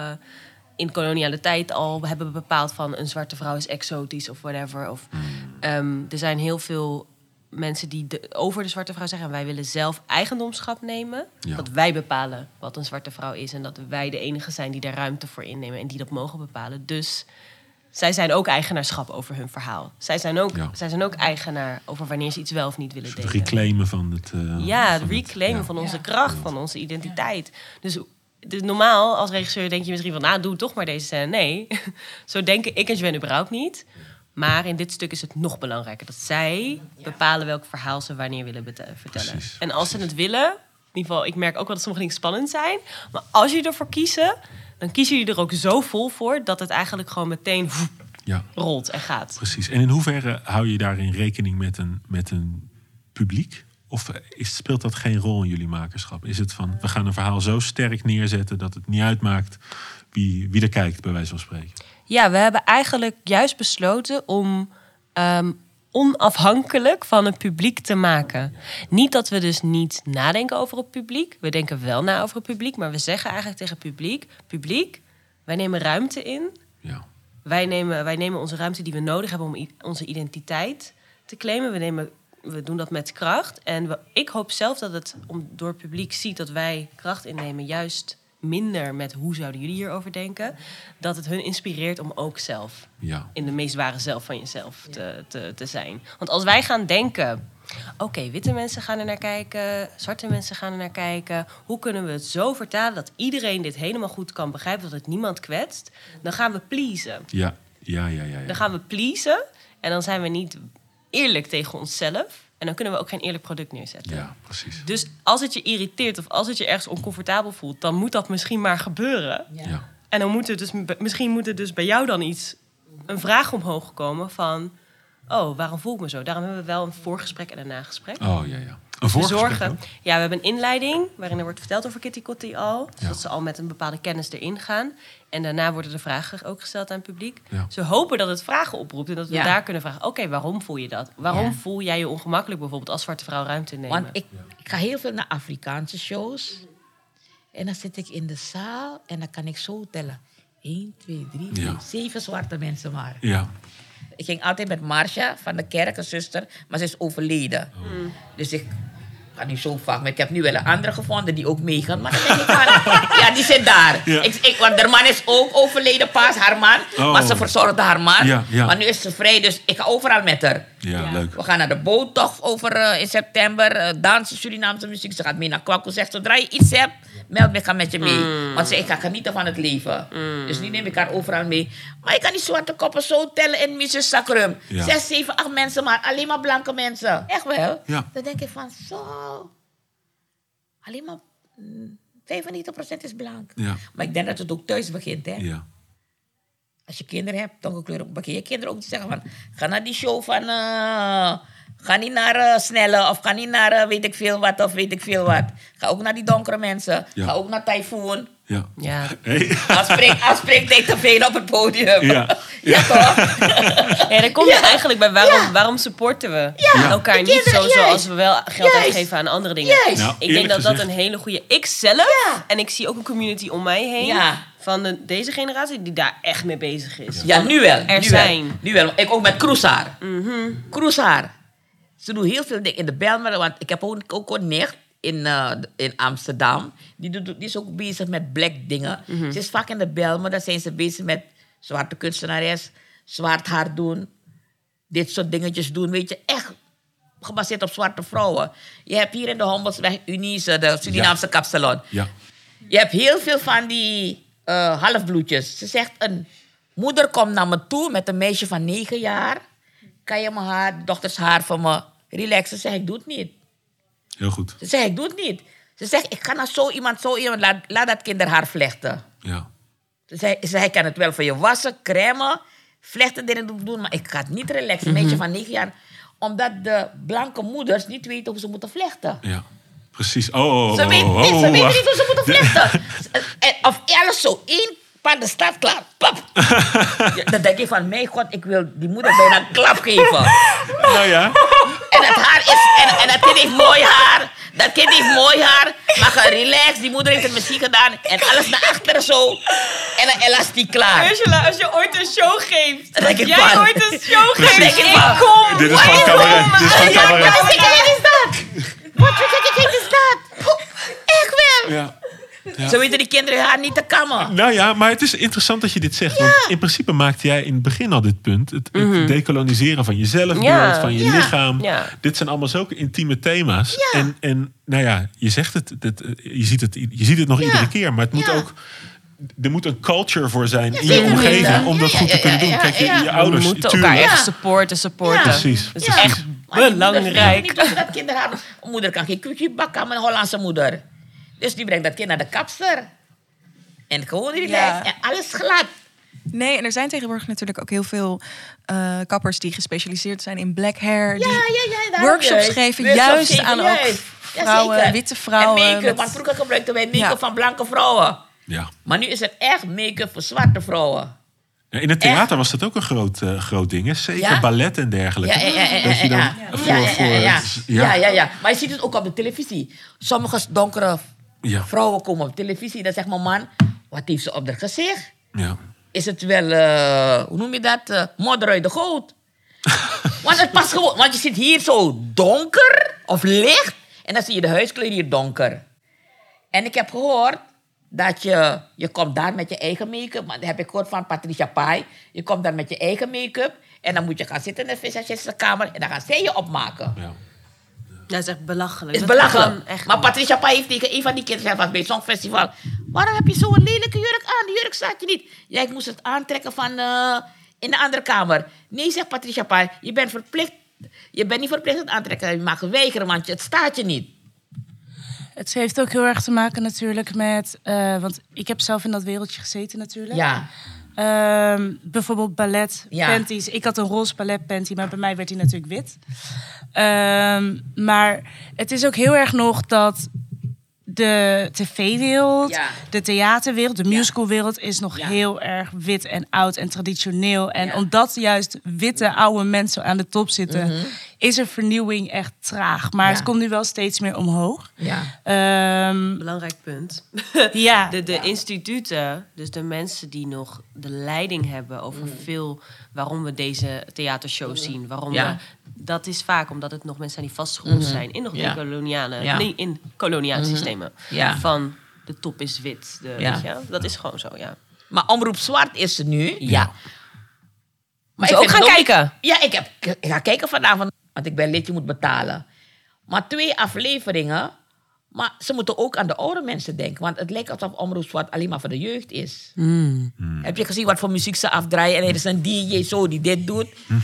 in koloniale tijd al hebben bepaald van... een zwarte vrouw is exotisch of whatever. Of, er zijn heel veel mensen die over de zwarte vrouw zeggen... wij willen zelf eigendomschap nemen. Ja. Dat wij bepalen wat een zwarte vrouw is... en dat wij de enige zijn die daar ruimte voor innemen... en die dat mogen bepalen. Dus zij zijn ook eigenaarschap over hun verhaal. Zij zijn ook eigenaar over wanneer ze iets wel of niet willen delen. Het reclaimen van het... het reclaimen van onze kracht, van onze identiteit. Dus normaal, als regisseur denk je misschien van... doe toch maar deze scène. Nee, zo denken ik en Joanne überhaupt niet. Maar in dit stuk is het nog belangrijker... dat zij bepalen welk verhaal ze wanneer willen vertellen. Precies, en als ze het willen... in ieder geval, ik merk ook wel dat sommige dingen spannend zijn... maar als je ervoor kiezen... dan kiezen jullie er ook zo vol voor... dat het eigenlijk gewoon meteen rolt en gaat. Precies. En in hoeverre hou je daarin rekening met een publiek? Of speelt dat geen rol in jullie makerschap? Is het van, we gaan een verhaal zo sterk neerzetten... dat het niet uitmaakt wie er kijkt, bij wijze van spreken? Ja, we hebben eigenlijk juist besloten om... onafhankelijk van het publiek te maken. Niet dat we dus niet nadenken over het publiek. We denken wel na over het publiek. Maar we zeggen eigenlijk tegen het publiek... publiek, wij nemen ruimte in. Ja. Wij nemen onze ruimte die we nodig hebben... om onze identiteit te claimen. We doen dat met kracht. En ik hoop zelf dat het door het publiek ziet... dat wij kracht innemen... juist minder met hoe zouden jullie hierover denken... dat het hun inspireert om ook zelf... in de meest ware zelf van jezelf te zijn. Want als wij gaan denken... oké, witte mensen gaan er naar kijken... zwarte mensen gaan er naar kijken... hoe kunnen we het zo vertalen dat iedereen dit helemaal goed kan begrijpen... dat het niemand kwetst... dan gaan we pleasen. Ja. Dan gaan we pleasen... en dan zijn we niet eerlijk tegen onszelf... en dan kunnen we ook geen eerlijk product neerzetten. Ja, precies. Dus als het je irriteert of als het je ergens oncomfortabel voelt... dan moet dat misschien maar gebeuren. Ja. En dan misschien moet er dus bij jou dan een vraag omhoog komen van... oh, waarom voel ik me zo? Daarom hebben we wel een voorgesprek en een nagesprek. Oh, ja. Een voorgesprek ook? Ja, we hebben een inleiding waarin er wordt verteld over Kitty Kotti al. Zodat ze al met een bepaalde kennis erin gaan. En daarna worden de vragen ook gesteld aan het publiek. Ja. Ze hopen dat het vragen oproept en dat we daar kunnen vragen... oké, waarom voel je dat? Waarom voel jij je ongemakkelijk bijvoorbeeld als zwarte vrouw ruimte nemen? Want ik ga heel veel naar Afrikaanse shows. En dan zit ik in de zaal en dan kan ik zo tellen. 1, 2, 3, 4, 7 zwarte mensen maar. Ja. Ik ging altijd met Marcia van de kerk, een zuster, maar ze is overleden. Dus ik ga niet zo vaak, maar ik heb nu wel een andere gevonden die ook meegaat. Maar dan denk ik van, die zit daar. Ja. Want haar man is ook overleden, pas haar man. Maar ze verzorgde haar man. Ja. Maar nu is ze vrij, dus ik ga overal met haar. Ja, leuk. We gaan naar de boottocht in september. Dansen, Surinaamse muziek. Ze gaat mee naar Kwaku. Zegt, zodra je iets hebt, meld me, ik ga met je mee. Want ik ga genieten van het leven. Dus nu neem ik haar overal mee. Maar ik kan die zwarte koppen zo tellen in Mrs. Sacrum. 6, 7, 8 mensen maar. Alleen maar blanke mensen. Echt wel. Ja. Dan denk ik van, zo. Alleen maar 95% is blank. Ja. Maar ik denk dat het ook thuis begint, hè. Ja. Als je kinderen hebt, dan begin je kinderen ook te zeggen van... ga naar die show van... ga niet naar Snelle of ga niet naar weet ik veel wat of weet ik veel wat. Ga ook naar die donkere mensen. Ja. Ga ook naar Typhoon. Ja. Hey. Als spreekt hij te veel op het podium. Ja. Ja, toch? Ja, dan komt het eigenlijk bij waarom supporten we elkaar niet zo zoals we wel geld uitgeven aan andere dingen. Juist. Ik denk dat dat een hele goede... Ik zelf, en ik zie ook een community om mij heen... van deze generatie die daar echt mee bezig is. Ja, nu wel. Nu wel. Ik ook met Kroeshaar. Kroeshaar. Ze doen heel veel dingen in de Bijlmer. Want ik heb ook een nicht in Amsterdam. Die is ook bezig met black dingen. Ze is vaak in de Bijlmer. Daar zijn ze bezig met zwarte kunstenares. Zwart haar doen. Dit soort dingetjes doen. Weet je, echt gebaseerd op zwarte vrouwen. Je hebt hier in de Hombelsweg Unice, de Surinaamse kapsalon. Ja. Je hebt heel veel van die halfbloedjes. Ze zegt, een moeder komt naar me toe met een meisje van 9 jaar. Kan je mijn dochters haar voor me relaxen? Ze zegt, ik doe het niet. Heel goed. Ze zegt, ik doe het niet. Ze zegt, ik ga naar zo iemand, laat dat kind haar vlechten. Ja. Ze zei, hij kan het wel voor je wassen, crèmen, vlechten erin doen, maar ik ga het niet relaxen. Een meisje van 9 jaar, omdat de blanke moeders niet weten hoe ze moeten vlechten. Ja. Precies. Ze weten niet hoe ze moeten vlechten. Of alles zo, 1 paar de staat klaar. Pap. Ja, dan denk ik van, mijn god, ik wil die moeder bijna een klap geven. Nou ja. En het haar is, en dat kind heeft mooi haar. Dat kind heeft mooi haar. Maar relax, die moeder heeft het misschien gedaan. En alles naar achteren zo. En een elastiek klaar. Angela, als je ooit een show geeft. Dan denk ik Jij van. ooit een show Precies. geeft. Ik Ik kom. Dit is gewoon cabaret. Dit is gewoon cabaret. Wat is dat? Wat is dat? Echt wel. Ja. Zo weten die kinderen haar niet te kammen. Nou ja, maar het is interessant dat je dit zegt. Want in principe maakte jij in het begin al dit punt. Het dekoloniseren van je zelfbeeld, Ja. van je Ja. lichaam. Ja. Dit zijn allemaal zulke intieme thema's. Ja. En nou ja, je zegt het, je ziet het nog Ja. iedere keer. Maar het moet Ja. ook... Er moet een culture voor zijn in je zeker omgeving weten. om dat Ja, goed te ja, kunnen ja, doen. ja, Kijk, ja. je We ouders, moeten tuurlijk. elkaar echt Ja. supporten. Ja. Precies. Dat is Ja. echt Maar die moeders belangrijk. weten niet dat kinderen een moeder kan geen kuchje bakken, maar een Hollandse moeder. Dus die brengt dat kind naar de kapster. En gewoon relaxed. Ja. En alles glad. Nee, en er zijn tegenwoordig natuurlijk ook heel veel kappers die gespecialiseerd zijn in black hair. Die daarom workshops juist. geven, Workshops juist geven, aan juist. ook vrouwen, zeker. witte vrouwen. En make-up, met- want vroeger gebruikten wij make-up van blanke vrouwen. Ja. Maar nu is het echt make-up voor zwarte vrouwen. Ja, in het theater was dat ook een groot ding. Hè? Zeker Ja? ballet en dergelijke. Ja. Dat je dan Ja. Maar je ziet het ook op de televisie. Sommige donkere Ja. vrouwen komen op televisie. Dan zegt mijn man, wat heeft ze op haar gezicht? Ja. Is het wel, hoe noem je dat? Modder uit de goot. Want het past gewoon. Want je zit hier zo donker of licht. En dan zie je de huiskleur hier donker. En ik heb gehoord dat je komt daar met je eigen make-up. Maar dat heb ik gehoord van Patricia Pai. Je komt daar met je eigen make-up. En dan moet je gaan zitten in de visagistkamer. En dan gaan zij je opmaken. Ja. Dat is echt belachelijk. Het is Dat belachelijk. kan echt Maar niet. Patricia Pai heeft tegen een van die kinderen gezegd bij het Songfestival. Waarom heb je zo'n lelijke jurk aan? Die jurk staat je niet. Ja, ik moest het aantrekken van in de andere kamer. Nee, zegt Patricia Pai. Je bent verplicht. Je bent niet verplicht het aantrekken. Je mag weigeren, want het staat je niet. Het heeft ook heel erg te maken natuurlijk met... want ik heb zelf in dat wereldje gezeten natuurlijk. Ja. Bijvoorbeeld ballet, Ja. panties. Ik had een roze ballet panty, maar bij mij werd die natuurlijk wit. Maar het is ook heel erg nog dat de tv-wereld, Ja. de theaterwereld, de musicalwereld is nog Ja. heel erg wit en oud en traditioneel. En Ja. omdat juist witte oude mensen aan de top zitten, is er vernieuwing echt traag. Maar Ja. het komt nu wel steeds meer omhoog. Ja. Belangrijk punt. Ja. De instituten, dus de mensen die nog de leiding hebben over veel waarom we deze theatershows zien, waarom Ja. we, dat is vaak omdat het nog mensen zijn die vastgegrond zijn in nog Ja. in koloniale systemen. Ja. Van de top is wit. Ja. Weet je? Dat is gewoon zo, ja. Maar Omroep Zwart is er nu. Ja. Maar Moet je ook vind gaan het kijken? Ja, ik ga kijken vanavond. Want ik ben lid, je moet betalen. Maar 2 afleveringen. Maar ze moeten ook aan de oude mensen denken. Want het lijkt alsof Omroep Zwart alleen maar voor de jeugd is. Heb je gezien wat voor muziek ze afdraaien? En er is een DJ zo die dit doet.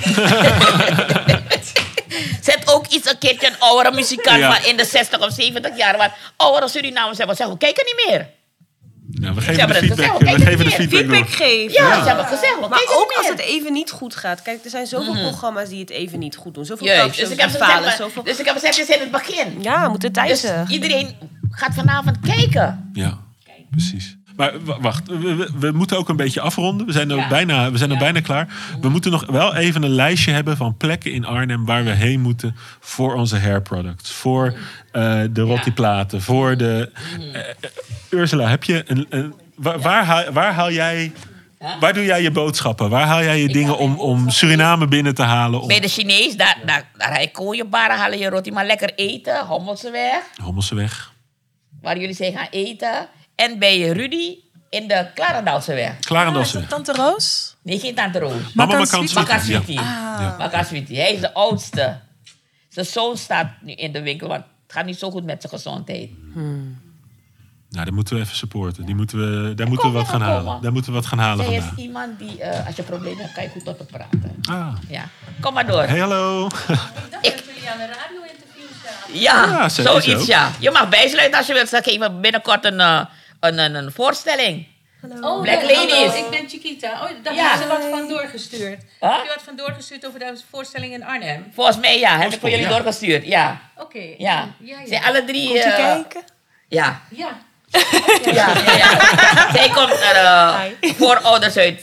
Zet ook iets een keertje een oudere muzikant Ja. van in de 60 of 70 jaar. Want oudere Surinamers hebben gezegd, we kijken niet meer. Ja, we Ze geven de hebben het feedback, gezegd, we kijk geven de het feedback Feedback door. geven. Ja, ze hebben gezegd, we Maar kijken ook niet als meer. het even niet goed gaat. Kijk, er zijn zoveel programma's die het even niet goed doen. Zoveel Juist. talkshows Dus ik heb die gezegd, falen. maar- Zoveel... dus ik heb gezegd, dit is in het begin. Ja, we moeten tijd Dus zijn. iedereen gaat vanavond kijken. Ja, precies. Maar wacht, we moeten ook een beetje afronden. We zijn er bijna klaar. We moeten nog wel even een lijstje hebben van plekken in Arnhem waar we heen moeten voor onze hair products. Voor de rottiplaten, voor de... Ursula, heb je waar haal jij... Waar doe jij je boodschappen? Waar haal jij je dingen om Suriname binnen te halen? Bij de Chinees, daar ga je kooienbarren, halen je roti, maar lekker eten. Hommelseweg, Hommelseweg. waar jullie zijn gaan eten. En bij Rudy in de Klarendalseweg. Klarendalseweg. Tante Roos? Nee, geen Tante Roos. Mama Makan Makan Sweetie. Sweetie. Makka Sweetie. Makka Sweetie. Hij is de oudste. Zijn zoon staat nu in de winkel, want het gaat niet zo goed met zijn gezondheid. Nou, dat moeten we even supporten. Daar moeten we wat gaan halen. Daar moeten we wat gaan halen Zij vandaag. is iemand die, als je problemen hebt, kan je goed tot haar praten. Ah. Ja. Kom maar door. Hey, hallo. Ik dacht dat jullie aan een radio-interview zaten. Ja, zo is zoiets ook. ja. Je mag bijsluiten als je wilt. Ze geven binnenkort een voorstelling. Oh, Black ja, Ladies. hallo, ik ben Chiquita. Oh, daar Ja. hebben ze wat van doorgestuurd. Huh? Heb je wat van doorgestuurd over de voorstelling in Arnhem? Volgens mij ja, heb ik voor jullie ja. doorgestuurd. Ja. Oké. Ja. Ja. Zijn alle drie... Komt je kijken? Ja. Ja. Ja. Zij komt voorouders uit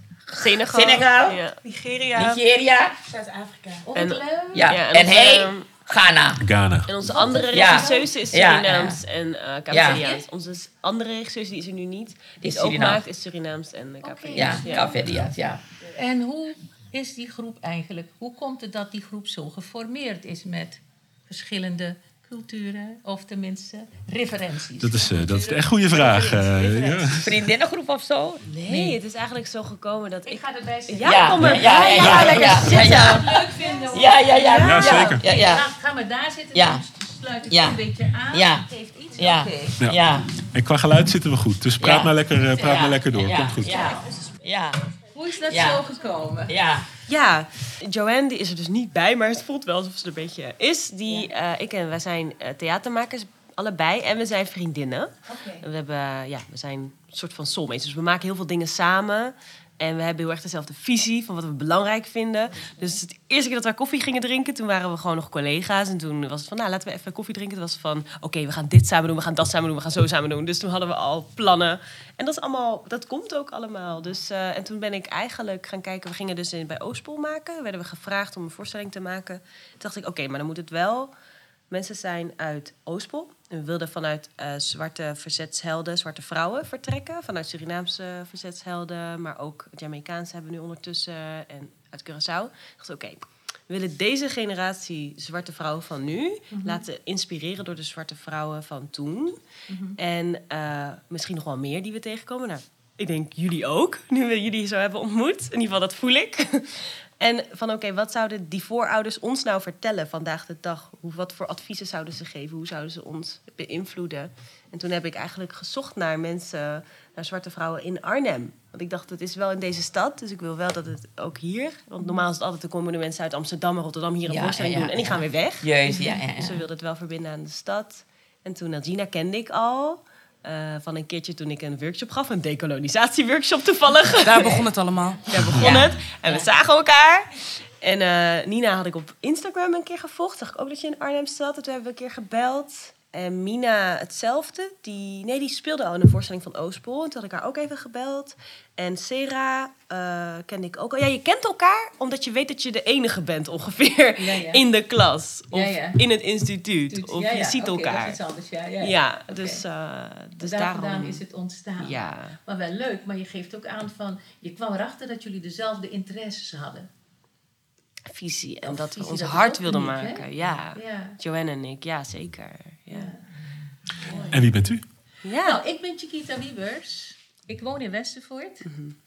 Senegal. Ja. Nigeria. Nigeria. Zuid-Afrika. Oh, En- wat leuk. Ja. Ja, en hij, onze, Ghana. Ghana. en onze andere Ja. regisseuse is Ja. Surinaams en Kaapverdiaans. Onze andere regisseuse, die is er nu niet, die Is het ook Surinaams. maakt, is Surinaams en Kaapverdiaans. Ja, Kaapverdiaans, ja. En hoe is die groep eigenlijk? Hoe komt het dat die groep zo geformeerd is met verschillende culturen, of tenminste referenties? Dat is echt een goede vraag. Ja. Vriendinnengroep of zo? Nee, het is eigenlijk zo gekomen dat Ik ik... ga erbij zitten. Ja, kom maar. Lekker zitten. Leuk vinden. hoor. Ja, zeker. Ja. Ga maar daar zitten. Ja. Dan sluit ik Ja. een beetje aan. Ja. Geeft iets. Ja. Oké. Ja. Ja. En qua geluid zitten we goed. Dus praat Ja. maar lekker, maar lekker door. Ja. Komt goed. Ja. Ja. Hoe is dat Ja. zo gekomen? Ja. Ja, Joanne die is er dus niet bij, maar het voelt wel alsof ze er een beetje is. Wij zijn theatermakers allebei en we zijn vriendinnen. Oké. En we zijn een soort van soulmates. Dus we maken heel veel dingen samen. En we hebben heel erg dezelfde visie van wat we belangrijk vinden. Dus het eerste keer dat wij koffie gingen drinken, toen waren we gewoon nog collega's. En toen was het van, nou, laten we even koffie drinken. Toen was het van, oké, we gaan dit samen doen, we gaan dat samen doen, we gaan zo samen doen. Dus toen hadden we al plannen. En dat komt ook allemaal. Dus, en toen ben ik eigenlijk gaan kijken, we gingen dus bij Oostpol maken. Werden we gevraagd om een voorstelling te maken. Toen dacht ik, oké, maar dan moet het wel mensen zijn uit Oostpol. En we wilden vanuit zwarte verzetshelden, zwarte vrouwen vertrekken. Vanuit Surinaamse verzetshelden, maar ook Jamaicaanse hebben we nu ondertussen. En uit Curaçao. Ik dacht, oké, we willen deze generatie zwarte vrouwen van nu laten inspireren door de zwarte vrouwen van toen. En misschien nog wel meer die we tegenkomen. Nou, ik denk jullie ook, nu we jullie zo hebben ontmoet. In ieder geval, dat voel ik. En van oké, wat zouden die voorouders ons nou vertellen vandaag de dag? Wat voor adviezen zouden ze geven? Hoe zouden ze ons beïnvloeden? En toen heb ik eigenlijk gezocht naar mensen, naar zwarte vrouwen in Arnhem. Want ik dacht, het is wel in deze stad, dus ik wil wel dat het ook hier... Want normaal is het altijd, dan komen de mensen uit Amsterdam en Rotterdam hier een voorstelling doen... en die gaan weer weg. Juist, ja. Dus we wilden het wel verbinden aan de stad. En toen Nadina kende ik al... van een keertje toen ik een workshop gaf, een decolonisatieworkshop toevallig. Daar begon het allemaal. Daar begon het. En we zagen elkaar. En Nina had ik op Instagram een keer gevolgd. Zag ik ook dat je in Arnhem zat. En toen hebben we een keer gebeld. En Mina hetzelfde. Die speelde al in een voorstelling van Oostpol. En toen had ik haar ook even gebeld. En Sera kende ik ook al. Ja, je kent elkaar omdat je weet dat je de enige bent ongeveer in de klas. Of in het instituut. Of je ziet elkaar. Dat is iets anders, Ja, dus daarom daarom is het ontstaan. Ja. Maar wel leuk, maar je geeft ook aan van... Je kwam erachter dat jullie dezelfde interesses hadden. visie. En dat we visie, ons dat is hart ook wilden uniek, maken. hè? Ja. Ja. Joanne en ik, ja, zeker. Ja. En wie bent u? Ja. Nou, ik ben Chiquita Wiebers. Ik woon in Westervoort.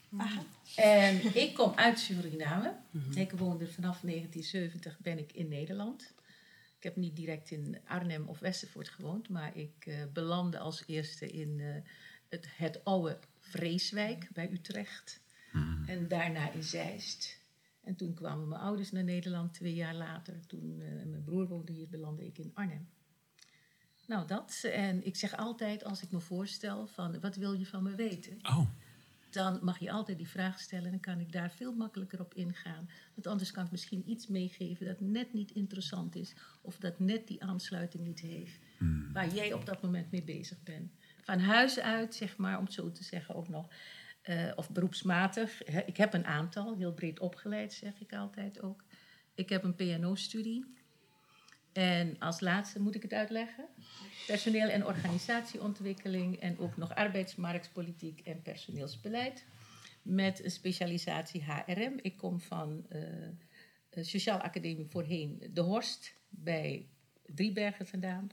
En ik kom uit Suriname. Ik woonde vanaf 1970 ben ik in Nederland. Ik heb niet direct in Arnhem of Westervoort gewoond, maar ik belandde als eerste in het oude Vreeswijk bij Utrecht. En daarna in Zeist. En toen kwamen mijn ouders naar Nederland 2 jaar later. Toen mijn broer woonde hier, belandde ik in Arnhem. Nou, dat. En ik zeg altijd, als ik me voorstel van, wat wil je van me weten? Oh, Dan mag je altijd die vraag stellen. Dan kan ik daar veel makkelijker op ingaan. Want anders kan ik misschien iets meegeven dat net niet interessant is. Of dat net die aansluiting niet heeft. Waar jij op dat moment mee bezig bent. Van huis uit, zeg maar, om het zo te zeggen ook nog. Of beroepsmatig. Ik heb een aantal, heel breed opgeleid, zeg ik altijd ook. Ik heb een piano-studie. En als laatste moet ik het uitleggen. Personeel- en organisatieontwikkeling en ook nog arbeidsmarktpolitiek en personeelsbeleid. Met een specialisatie HRM. Ik kom van Sociaal Academie voorheen De Horst bij Driebergen vandaan.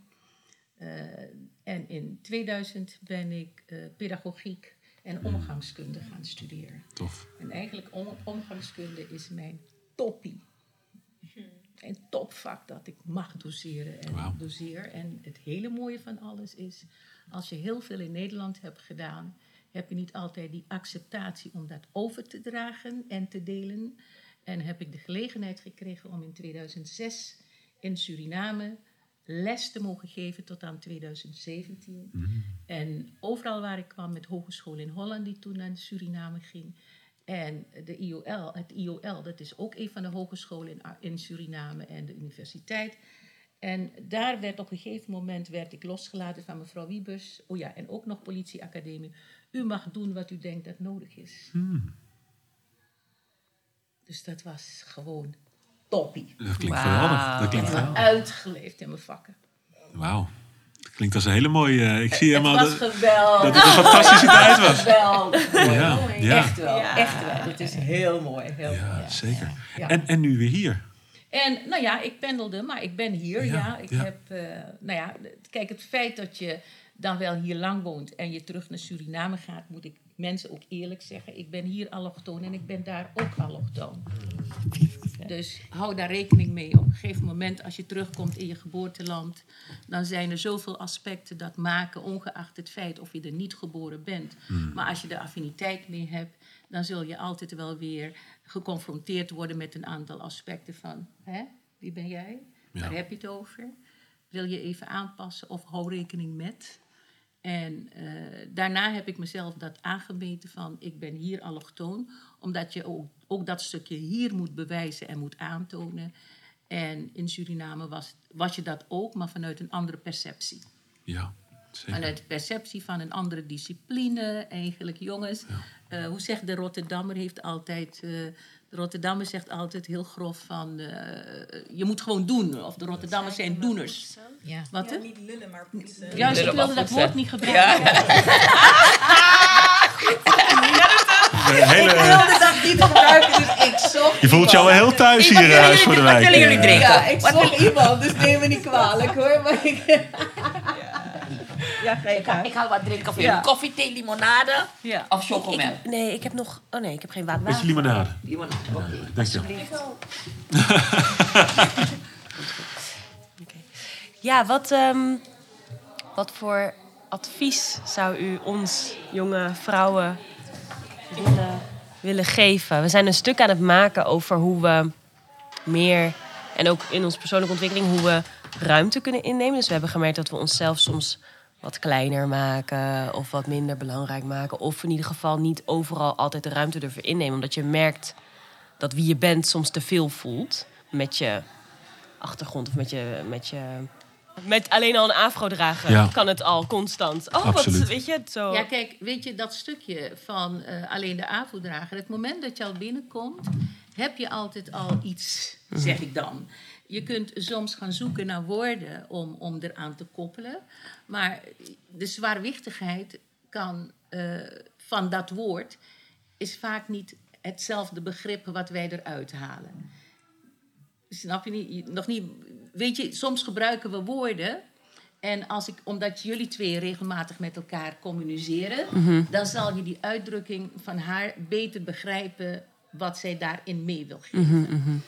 En in 2000 ben ik pedagogiek en omgangskunde gaan studeren. tof. En eigenlijk omgangskunde is mijn toppie. geen topvak dat ik mag doseren en doseer. En het hele mooie van alles is, als je heel veel in Nederland hebt gedaan, heb je niet altijd die acceptatie om dat over te dragen en te delen. En heb ik de gelegenheid gekregen om in 2006 in Suriname les te mogen geven tot aan 2017. En overal waar ik kwam, met hogeschool in Holland die toen naar Suriname ging. En het IOL, dat is ook een van de hogescholen in Suriname en de universiteit. En daar werd op een gegeven moment ik losgelaten van mevrouw Wiebes. Oh ja, en ook nog politieacademie. U mag doen wat u denkt dat nodig is. Dus dat was gewoon toppie. Dat klinkt geweldig. Dat klinkt geweldig. Uitgeleefd in mijn vakken. Wauw. Dat klinkt als een hele mooie... Ik zie helemaal het was geweldig. Dat het een fantastische tijd was. Geweldig. Ja. Echt wel. Ja. Echt wel. Het is heel mooi. Heel mooi. Zeker. Ja. En nu weer hier. En nou ja, ik pendelde, maar ik ben hier. Ik heb, kijk, het feit dat je dan wel hier lang woont en je terug naar Suriname gaat, moet ik mensen ook eerlijk zeggen. Ik ben hier allochtoon en ik ben daar ook allochtoon. Dus hou daar rekening mee. Op een gegeven moment, als je terugkomt in je geboorteland, dan zijn er zoveel aspecten dat maken, ongeacht het feit of je er niet geboren bent. Maar als je er affiniteit mee hebt, dan zul je altijd wel weer geconfronteerd worden met een aantal aspecten van, wie ben jij? Waar heb je het over? Wil je even aanpassen of hou rekening met? En daarna heb ik mezelf dat aangemeten van, ik ben hier allochtoon, omdat je ook dat stukje hier moet bewijzen en moet aantonen. En in Suriname was je dat ook, maar vanuit een andere perceptie. Ja, zeker. Vanuit de perceptie van een andere discipline, eigenlijk, jongens. Ja. Hoe zegt de Rotterdammer? De Rotterdammer zegt altijd heel grof van, je moet gewoon doen. Of de Rotterdamers zijn doeners. Ja. Wat? Ja, niet lullen, maar poetsen. Juist, ik wilde dat woord niet gebruiken. Ja. Ik wilde dat niet gebruiken, dus ik zocht. Je voelt je al heel thuis hier in Huis voor de Wijk. Wat willen jullie drinken? Ja, ik zocht iemand, dus neem me niet kwalijk hoor. Maar ik ga wat drinken voor jullie. Koffie, thee, limonade of chocomel? Ik heb nog... Oh nee, ik heb geen water. Beetje limonade. Limonade, oké. Dank je. Ja, wat voor advies zou u ons, jonge vrouwen, willen geven? We zijn een stuk aan het maken over hoe we meer, en ook in onze persoonlijke ontwikkeling, hoe we ruimte kunnen innemen. Dus we hebben gemerkt dat we onszelf soms wat kleiner maken of wat minder belangrijk maken. Of in ieder geval niet overal altijd de ruimte durven innemen. Omdat je merkt dat wie je bent soms te veel voelt met je achtergrond of met alleen al een afro dragen kan het al constant. Oh, absoluut. Wat, weet je, zo. Ja, kijk, weet je, dat stukje van alleen de afro dragen. Het moment dat je al binnenkomt, heb je altijd al iets, zeg ik dan. Je kunt soms gaan zoeken naar woorden om eraan te koppelen. Maar de zwaarwichtigheid van dat woord is vaak niet hetzelfde begrip wat wij eruit halen. Snap je niet? Nog niet. Weet je, soms gebruiken we woorden. En omdat jullie twee regelmatig met elkaar communiceren, dan zal je die uitdrukking van haar beter begrijpen wat zij daarin mee wil geven.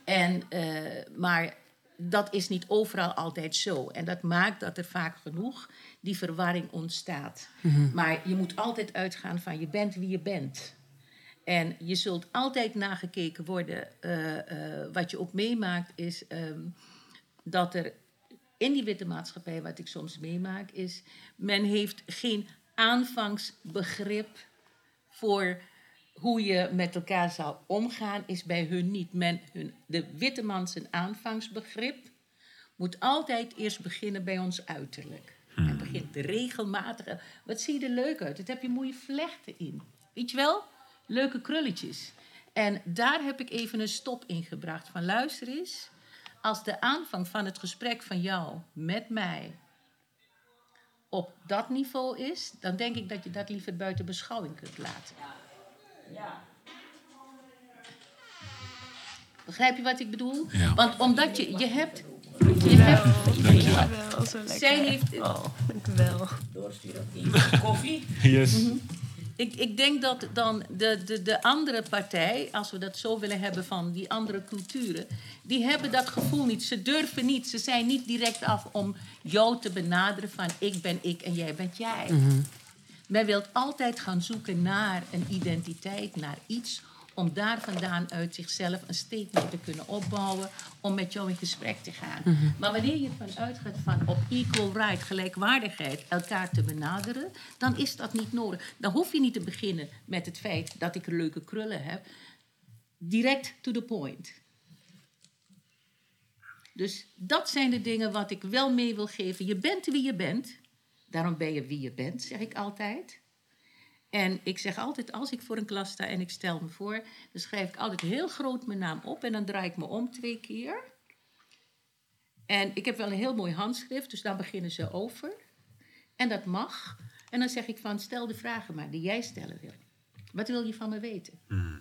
Maar dat is niet overal altijd zo. En dat maakt dat er vaak genoeg die verwarring ontstaat. Maar je moet altijd uitgaan van je bent wie je bent. En je zult altijd nagekeken worden. Wat je ook meemaakt is dat er in die witte maatschappij, wat ik soms meemaak, is men heeft geen aanvangsbegrip voor hoe je met elkaar zou omgaan, is bij hun niet. De witte man zijn aanvangsbegrip moet altijd eerst beginnen bij ons uiterlijk. Hij begint regelmatig. Wat zie je er leuk uit? Het heb je mooie vlechten in. Weet je wel? Leuke krulletjes. En daar heb ik even een stop in gebracht. Van luister eens. Als de aanvang van het gesprek van jou met mij op dat niveau is, dan denk ik dat je dat liever buiten beschouwing kunt laten. Ja. Begrijp je wat ik bedoel? Ja. Want omdat je hebt... Dankjewel, zo lekker. Zij heeft... dankjewel. Doorsturen. Koffie? Yes. Ik denk dat dan de andere partij, als we dat zo willen hebben van die andere culturen, die hebben dat gevoel niet. Ze durven niet. Ze zijn niet direct af om jou te benaderen van ik ben ik en jij bent jij. Men wil altijd gaan zoeken naar een identiteit, naar iets, om daar vandaan uit zichzelf een statement te kunnen opbouwen, om met jou in gesprek te gaan. Maar wanneer je ervan uitgaat van op equal right, gelijkwaardigheid, elkaar te benaderen, dan is dat niet nodig. Dan hoef je niet te beginnen met het feit dat ik leuke krullen heb. Direct to the point. Dus dat zijn de dingen wat ik wel mee wil geven. Je bent wie je bent. Daarom ben je wie je bent, zeg ik altijd. En ik zeg altijd, als ik voor een klas sta en ik stel me voor, dan schrijf ik altijd heel groot mijn naam op en dan draai ik me om 2 keer. En ik heb wel een heel mooi handschrift, dus dan beginnen ze over. En dat mag. En dan zeg ik van, stel de vragen maar die jij stellen wil. Wat wil je van me weten?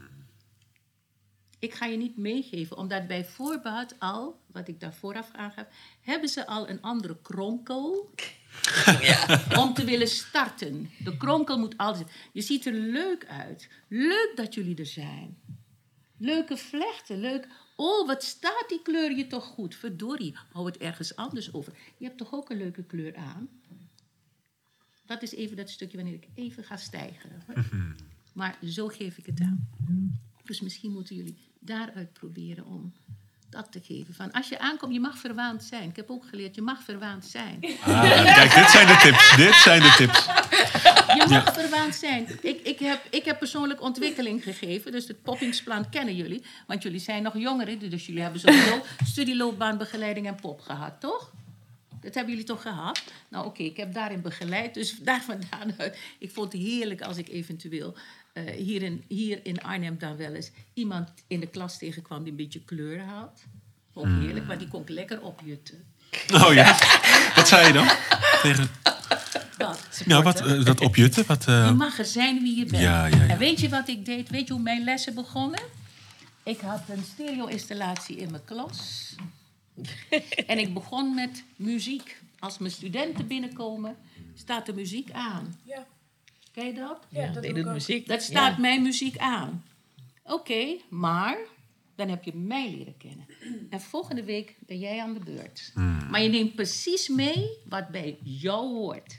Ik ga je niet meegeven, omdat bij voorbaat al, wat ik daar vooraf aangaf, hebben ze al een andere kronkel om te willen starten. De kronkel moet altijd... Je ziet er leuk uit. Leuk dat jullie er zijn. Leuke vlechten, leuk... Oh, wat staat die kleur je toch goed? Verdorie, hou het ergens anders over. Je hebt toch ook een leuke kleur aan? Dat is even dat stukje wanneer ik even ga stijgen. Maar zo geef ik het aan. Dus misschien moeten jullie daaruit proberen om dat te geven. Van als je aankomt, je mag verwaand zijn. Ik heb ook geleerd, je mag verwaand zijn. Kijk, dit zijn de tips. Je mag verwaand zijn. Ik heb persoonlijk ontwikkeling gegeven. Dus het poppingsplan kennen jullie. Want jullie zijn nog jongeren. Dus jullie hebben sowieso studieloopbaanbegeleiding en pop gehad, toch? Dat hebben jullie toch gehad? Nou oké, ik heb daarin begeleid. Dus daar vandaan uit. Ik vond het heerlijk als ik eventueel hier in Arnhem dan wel eens iemand in de klas tegenkwam die een beetje kleur had. Vond ik heerlijk, maar die kon ik lekker opjutten. Oh ja. Wat zei je dan? Tegen... Wat? Ja, dat opjutten? Je mag er zijn wie je bent. Ja. En weet je wat ik deed? Weet je hoe mijn lessen begonnen? Ik had een stereo-installatie in mijn klas. En ik begon met muziek. Als mijn studenten binnenkomen, staat de muziek aan. Ja. Ken je dat? Ja, dat doe ik ook. muziek. Dat staat mijn muziek aan. Oké, maar dan heb je mij leren kennen. En volgende week ben jij aan de beurt. Maar je neemt precies mee wat bij jou hoort.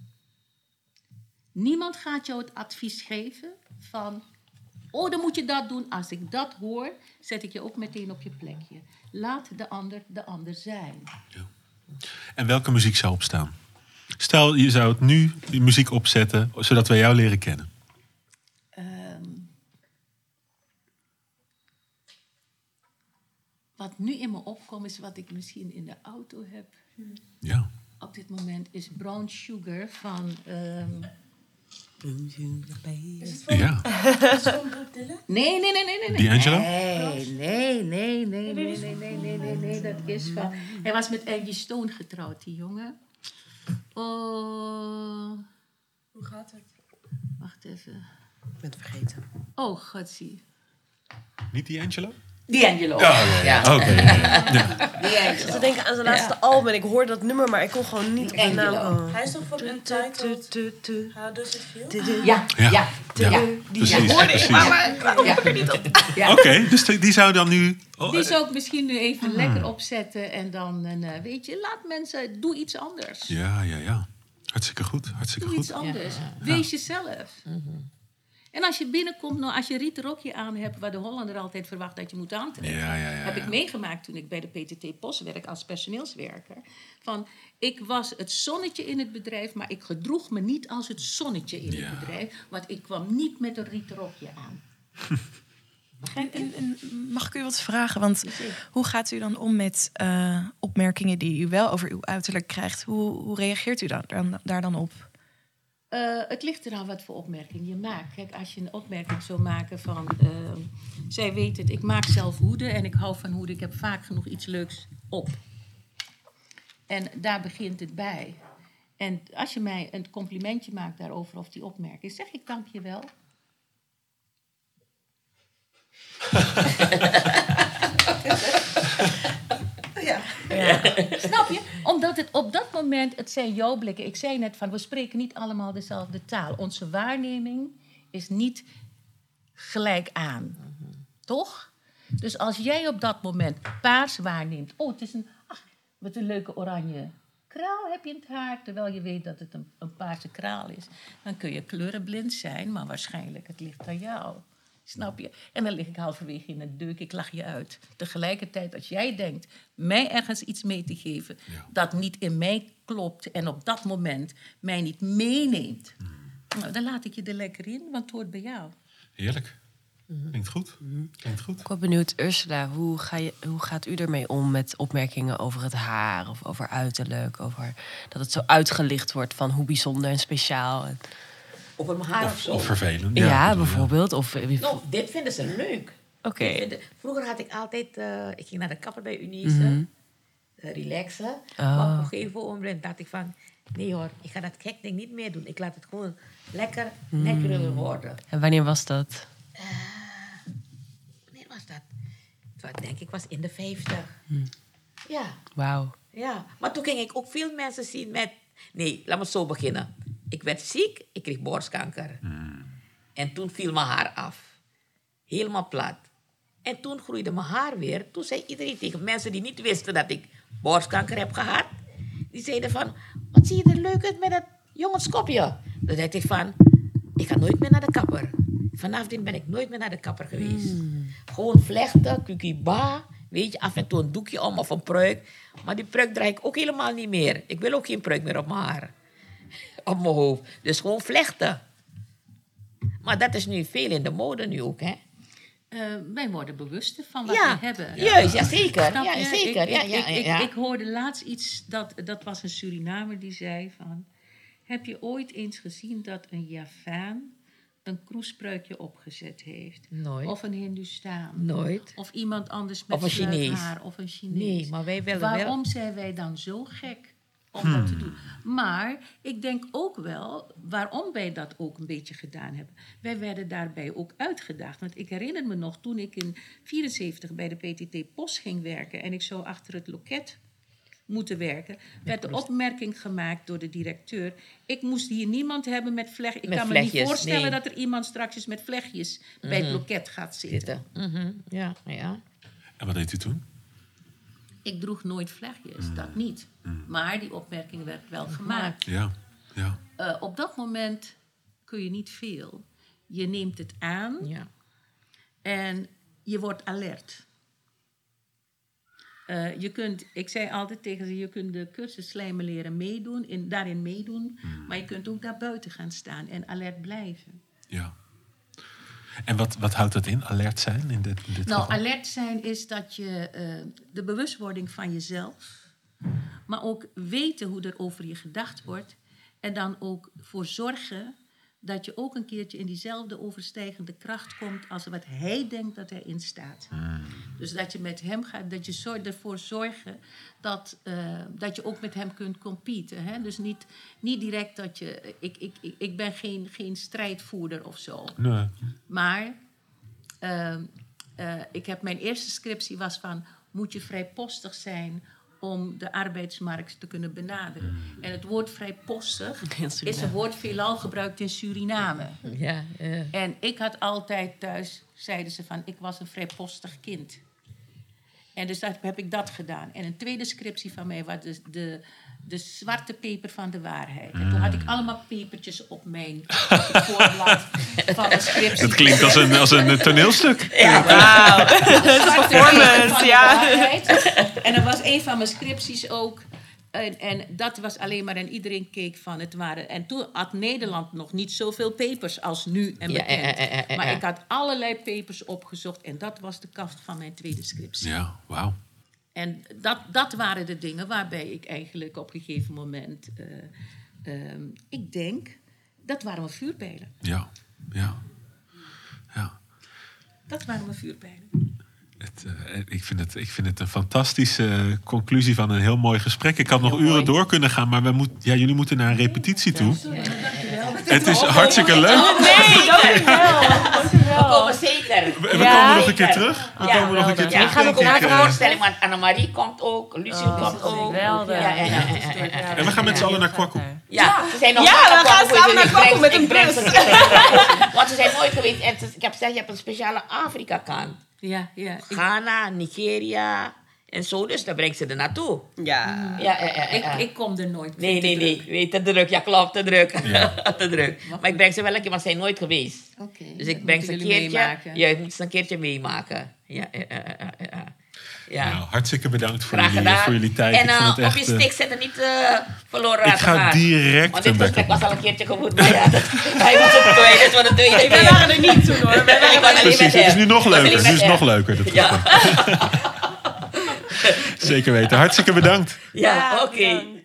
Niemand gaat jou het advies geven van... Oh, dan moet je dat doen. Als ik dat hoor, zet ik je ook meteen op je plekje. Laat de ander zijn. Ja. En welke muziek zou opstaan? Stel, je zou het nu, die muziek opzetten, zodat wij jou leren kennen. Wat nu in me opkomt, is wat ik misschien in de auto heb. Ja. Op dit moment is Brown Sugar van... Is het van, Ja. is het van Bob Dylan? Nee. D'Angelo? Nee. Dat is van... Hij was met Angie Stone getrouwd, die jongen. Oh... Hoe gaat het? Wacht even. Ik ben het vergeten. Oh, godsie. Niet D'Angelo? D'Angelo. Ja. Oké. Ik zat te denken aan zijn laatste album en ik hoorde dat nummer, maar ik kon gewoon niet op de naam komen. Hij is toch van Untitled? How does it feel? Ja. Precies. Waarom heb ik er niet op? Ja. Oké, dus die zou dan nu... Die zou ik misschien nu even lekker opzetten. En dan, weet je, laat mensen... Doe iets anders. Ja. Hartstikke goed. Doe iets anders. Wees jezelf. En als je binnenkomt, nou, als je rieten rokje aan hebt... waar de Hollander altijd verwacht dat je moet aantrekken... heb ik meegemaakt toen ik bij de PTT Post werk als personeelswerker. Van, ik was het zonnetje in het bedrijf... maar ik gedroeg me niet als het zonnetje in het bedrijf. Want ik kwam niet met een rieten rokje aan. En mag ik u wat vragen? Want hoe gaat u dan om met opmerkingen die u wel over uw uiterlijk krijgt? Hoe reageert u daar dan op? Het ligt eraan wat voor opmerking je maakt. Kijk, als je een opmerking zou maken van... zij weet het, ik maak zelf hoeden en ik hou van hoeden. Ik heb vaak genoeg iets leuks op. En daar begint het bij. En als je mij een complimentje maakt daarover of die opmerking... zeg ik dank je wel. Ja. Snap je? Omdat het op dat moment, het zijn jouw blikken. Ik zei net van, we spreken niet allemaal dezelfde taal. Onze waarneming is niet gelijk aan. Toch? Dus als jij op dat moment paars waarneemt... oh, het is wat een leuke oranje kraal heb je in het haar... terwijl je weet dat het een paarse kraal is... dan kun je kleurenblind zijn, maar waarschijnlijk het ligt aan jou. Snap je? En dan lig ik halverwege in een deuk, ik lach je uit. Tegelijkertijd, als jij denkt mij ergens iets mee te geven... dat niet in mij klopt en op dat moment mij niet meeneemt... nou, dan laat ik je er lekker in, want het hoort bij jou. Heerlijk. Klinkt goed. Klinkt goed. Ik ben benieuwd, Ursula, hoe gaat u ermee om met opmerkingen over het haar of over uiterlijk? Over dat het zo uitgelicht wordt van hoe bijzonder en speciaal. Over mijn haar of zo. Of vervelend. Ja, bijvoorbeeld. Of, Nou, dit vinden ze leuk. Oké. Vroeger had ik altijd... ik ging naar de kapper bij Unice. Relaxen. Maar op een gegeven moment dacht ik van... nee hoor, ik ga dat gek ding niet meer doen. Ik laat het gewoon lekker natural worden. En wanneer was dat? Wanneer was dat? Toen denk ik was in de 50. Ja. Wauw. Ja. Maar toen ging ik ook veel mensen zien met... Nee, laat me zo beginnen. Ik werd ziek, ik kreeg borstkanker. En toen viel mijn haar af. Helemaal plat. En toen groeide mijn haar weer. Toen zei iedereen tegen mensen die niet wisten dat ik borstkanker heb gehad... die zeiden van, wat zie je er leuk uit met dat jongenskopje? Dan dacht ik van, ik ga nooit meer naar de kapper. Vanaf dit ben ik nooit meer naar de kapper geweest. Gewoon vlechten, kukiba, weet je, af en toe een doekje om of een pruik. Maar die pruik draai ik ook helemaal niet meer. Ik wil ook geen pruik meer op mijn haar. Op mijn hoofd. Dus gewoon vlechten. Maar dat is nu veel in de mode nu ook, hè? Wij worden bewuster van wat we hebben. Juist, ja, zeker. Snap je? Ja, zeker. Ik hoorde laatst iets, dat was een Surinamer die zei van... heb je ooit eens gezien dat een Javaan een kroespruikje opgezet heeft? Nooit. Of een Hindustaan. Nooit. Of iemand anders met Of een Chinees. haar. Of een Chinees. Nee, maar wij willen Waarom zijn wij dan zo gek om dat te doen? Maar ik denk ook wel waarom wij dat ook een beetje gedaan hebben. Wij werden daarbij ook uitgedaagd. Want ik herinner me nog toen ik in 1974 bij de PTT Post ging werken... en ik zou achter het loket moeten werken... werd de opmerking gemaakt door de directeur... ik moest hier niemand hebben met vlechtjes. Ik kan me niet voorstellen dat er iemand straks met vlechtjes... bij het loket gaat zitten. Ja. En wat deed u toen? Ik droeg nooit vlechtjes, dat niet. Maar die opmerking werd wel gemaakt. Ja. Op dat moment kun je niet veel. Je neemt het aan en je wordt alert. Ik zei altijd tegen ze, je kunt de cursus slijmen leren meedoen, daarin meedoen, maar je kunt ook daar buiten gaan staan en alert blijven. Ja. En wat houdt dat in, alert zijn in dit geval? Alert zijn is dat je de bewustwording van jezelf, maar ook weten hoe er over je gedacht wordt en dan ook voor zorgen dat je ook een keertje in diezelfde overstijgende kracht komt als wat hij denkt dat hij in staat. Dus dat je met hem gaat, dat je ervoor zorgen dat je ook met hem kunt competen. Hè? Dus niet direct dat je... Ik ben geen strijdvoerder of zo. Nee. Maar ik heb mijn eerste scriptie was van... moet je vrijpostig zijn om de arbeidsmarkt te kunnen benaderen. En het woord vrijpostig is een woord veelal gebruikt in Suriname. Ja. En ik had altijd thuis, zeiden ze van, ik was een vrijpostig kind. En dus heb ik dat gedaan. En een tweede scriptie van mij was de zwarte peper van de waarheid. En toen had ik allemaal pepertjes op mijn voorblad van een scriptie. Het klinkt als een toneelstuk. Ja, wauw. Performance, ja. En dat was een van mijn scripties ook. En dat was alleen maar, en iedereen keek van het waren. En toen had Nederland nog niet zoveel papers als nu en bekend. Maar ik had allerlei papers opgezocht en dat was de kaft van mijn tweede scriptie. Ja, wauw. En dat waren de dingen waarbij ik eigenlijk op een gegeven moment... ik denk, dat waren mijn vuurpijlen. Ja. Dat waren mijn vuurpijlen. Ik vind het een fantastische conclusie van een heel mooi gesprek. Ik had nog uren door kunnen gaan, maar jullie moeten naar een repetitie toe. Sorry, dankjewel. Het is hartstikke leuk. Nee, dankjewel. We komen zeker. We komen nog een keer terug. We komen nog een keer terug. Ik ga ook naar de denk ik. voorstelling, want Annemarie komt ook. Lucie komt ook. Geweldig. Ja. En we gaan met z'n allen naar Kwaku. Ja, ze zijn nog Ja, naar we gaan Kwaku, samen dus naar Kwaku met een ik breng bus. ze- Want ze zijn nooit geweest. En ik heb gezegd, je hebt een speciale Afrika-kant. Ja. Ghana, Nigeria en zo. Dus daar brengt ze er naartoe. Ja. Ja. Ik kom er nooit. Nee. Weet, te druk. Ja, klopt, te druk. Ja. Te druk. Maar ik breng ze wel een keer, want ze zijn nooit geweest. Oké. Dus ik breng ze een keertje. Ja, ik moet ze een keertje meemaken. Ja. Nou, hartstikke bedankt voor Graag jullie, gedaan. voor jullie tijd. En Ik vond het op je echt, stick zetten niet verloren ik laten ga gaan. direct Want een dit gesprek backup was al een keertje gevoerd. Maar ja, hij was het kwijt. Dit wordt de tweede keer. We waren er niet toen hoor. Ik was alleen Precies, met het is hem. nu nog Ik was leuker. alleen Nu is met het nog hem. leuker. Dat Ja. Zeker weten. Hartstikke bedankt. Ja, oké.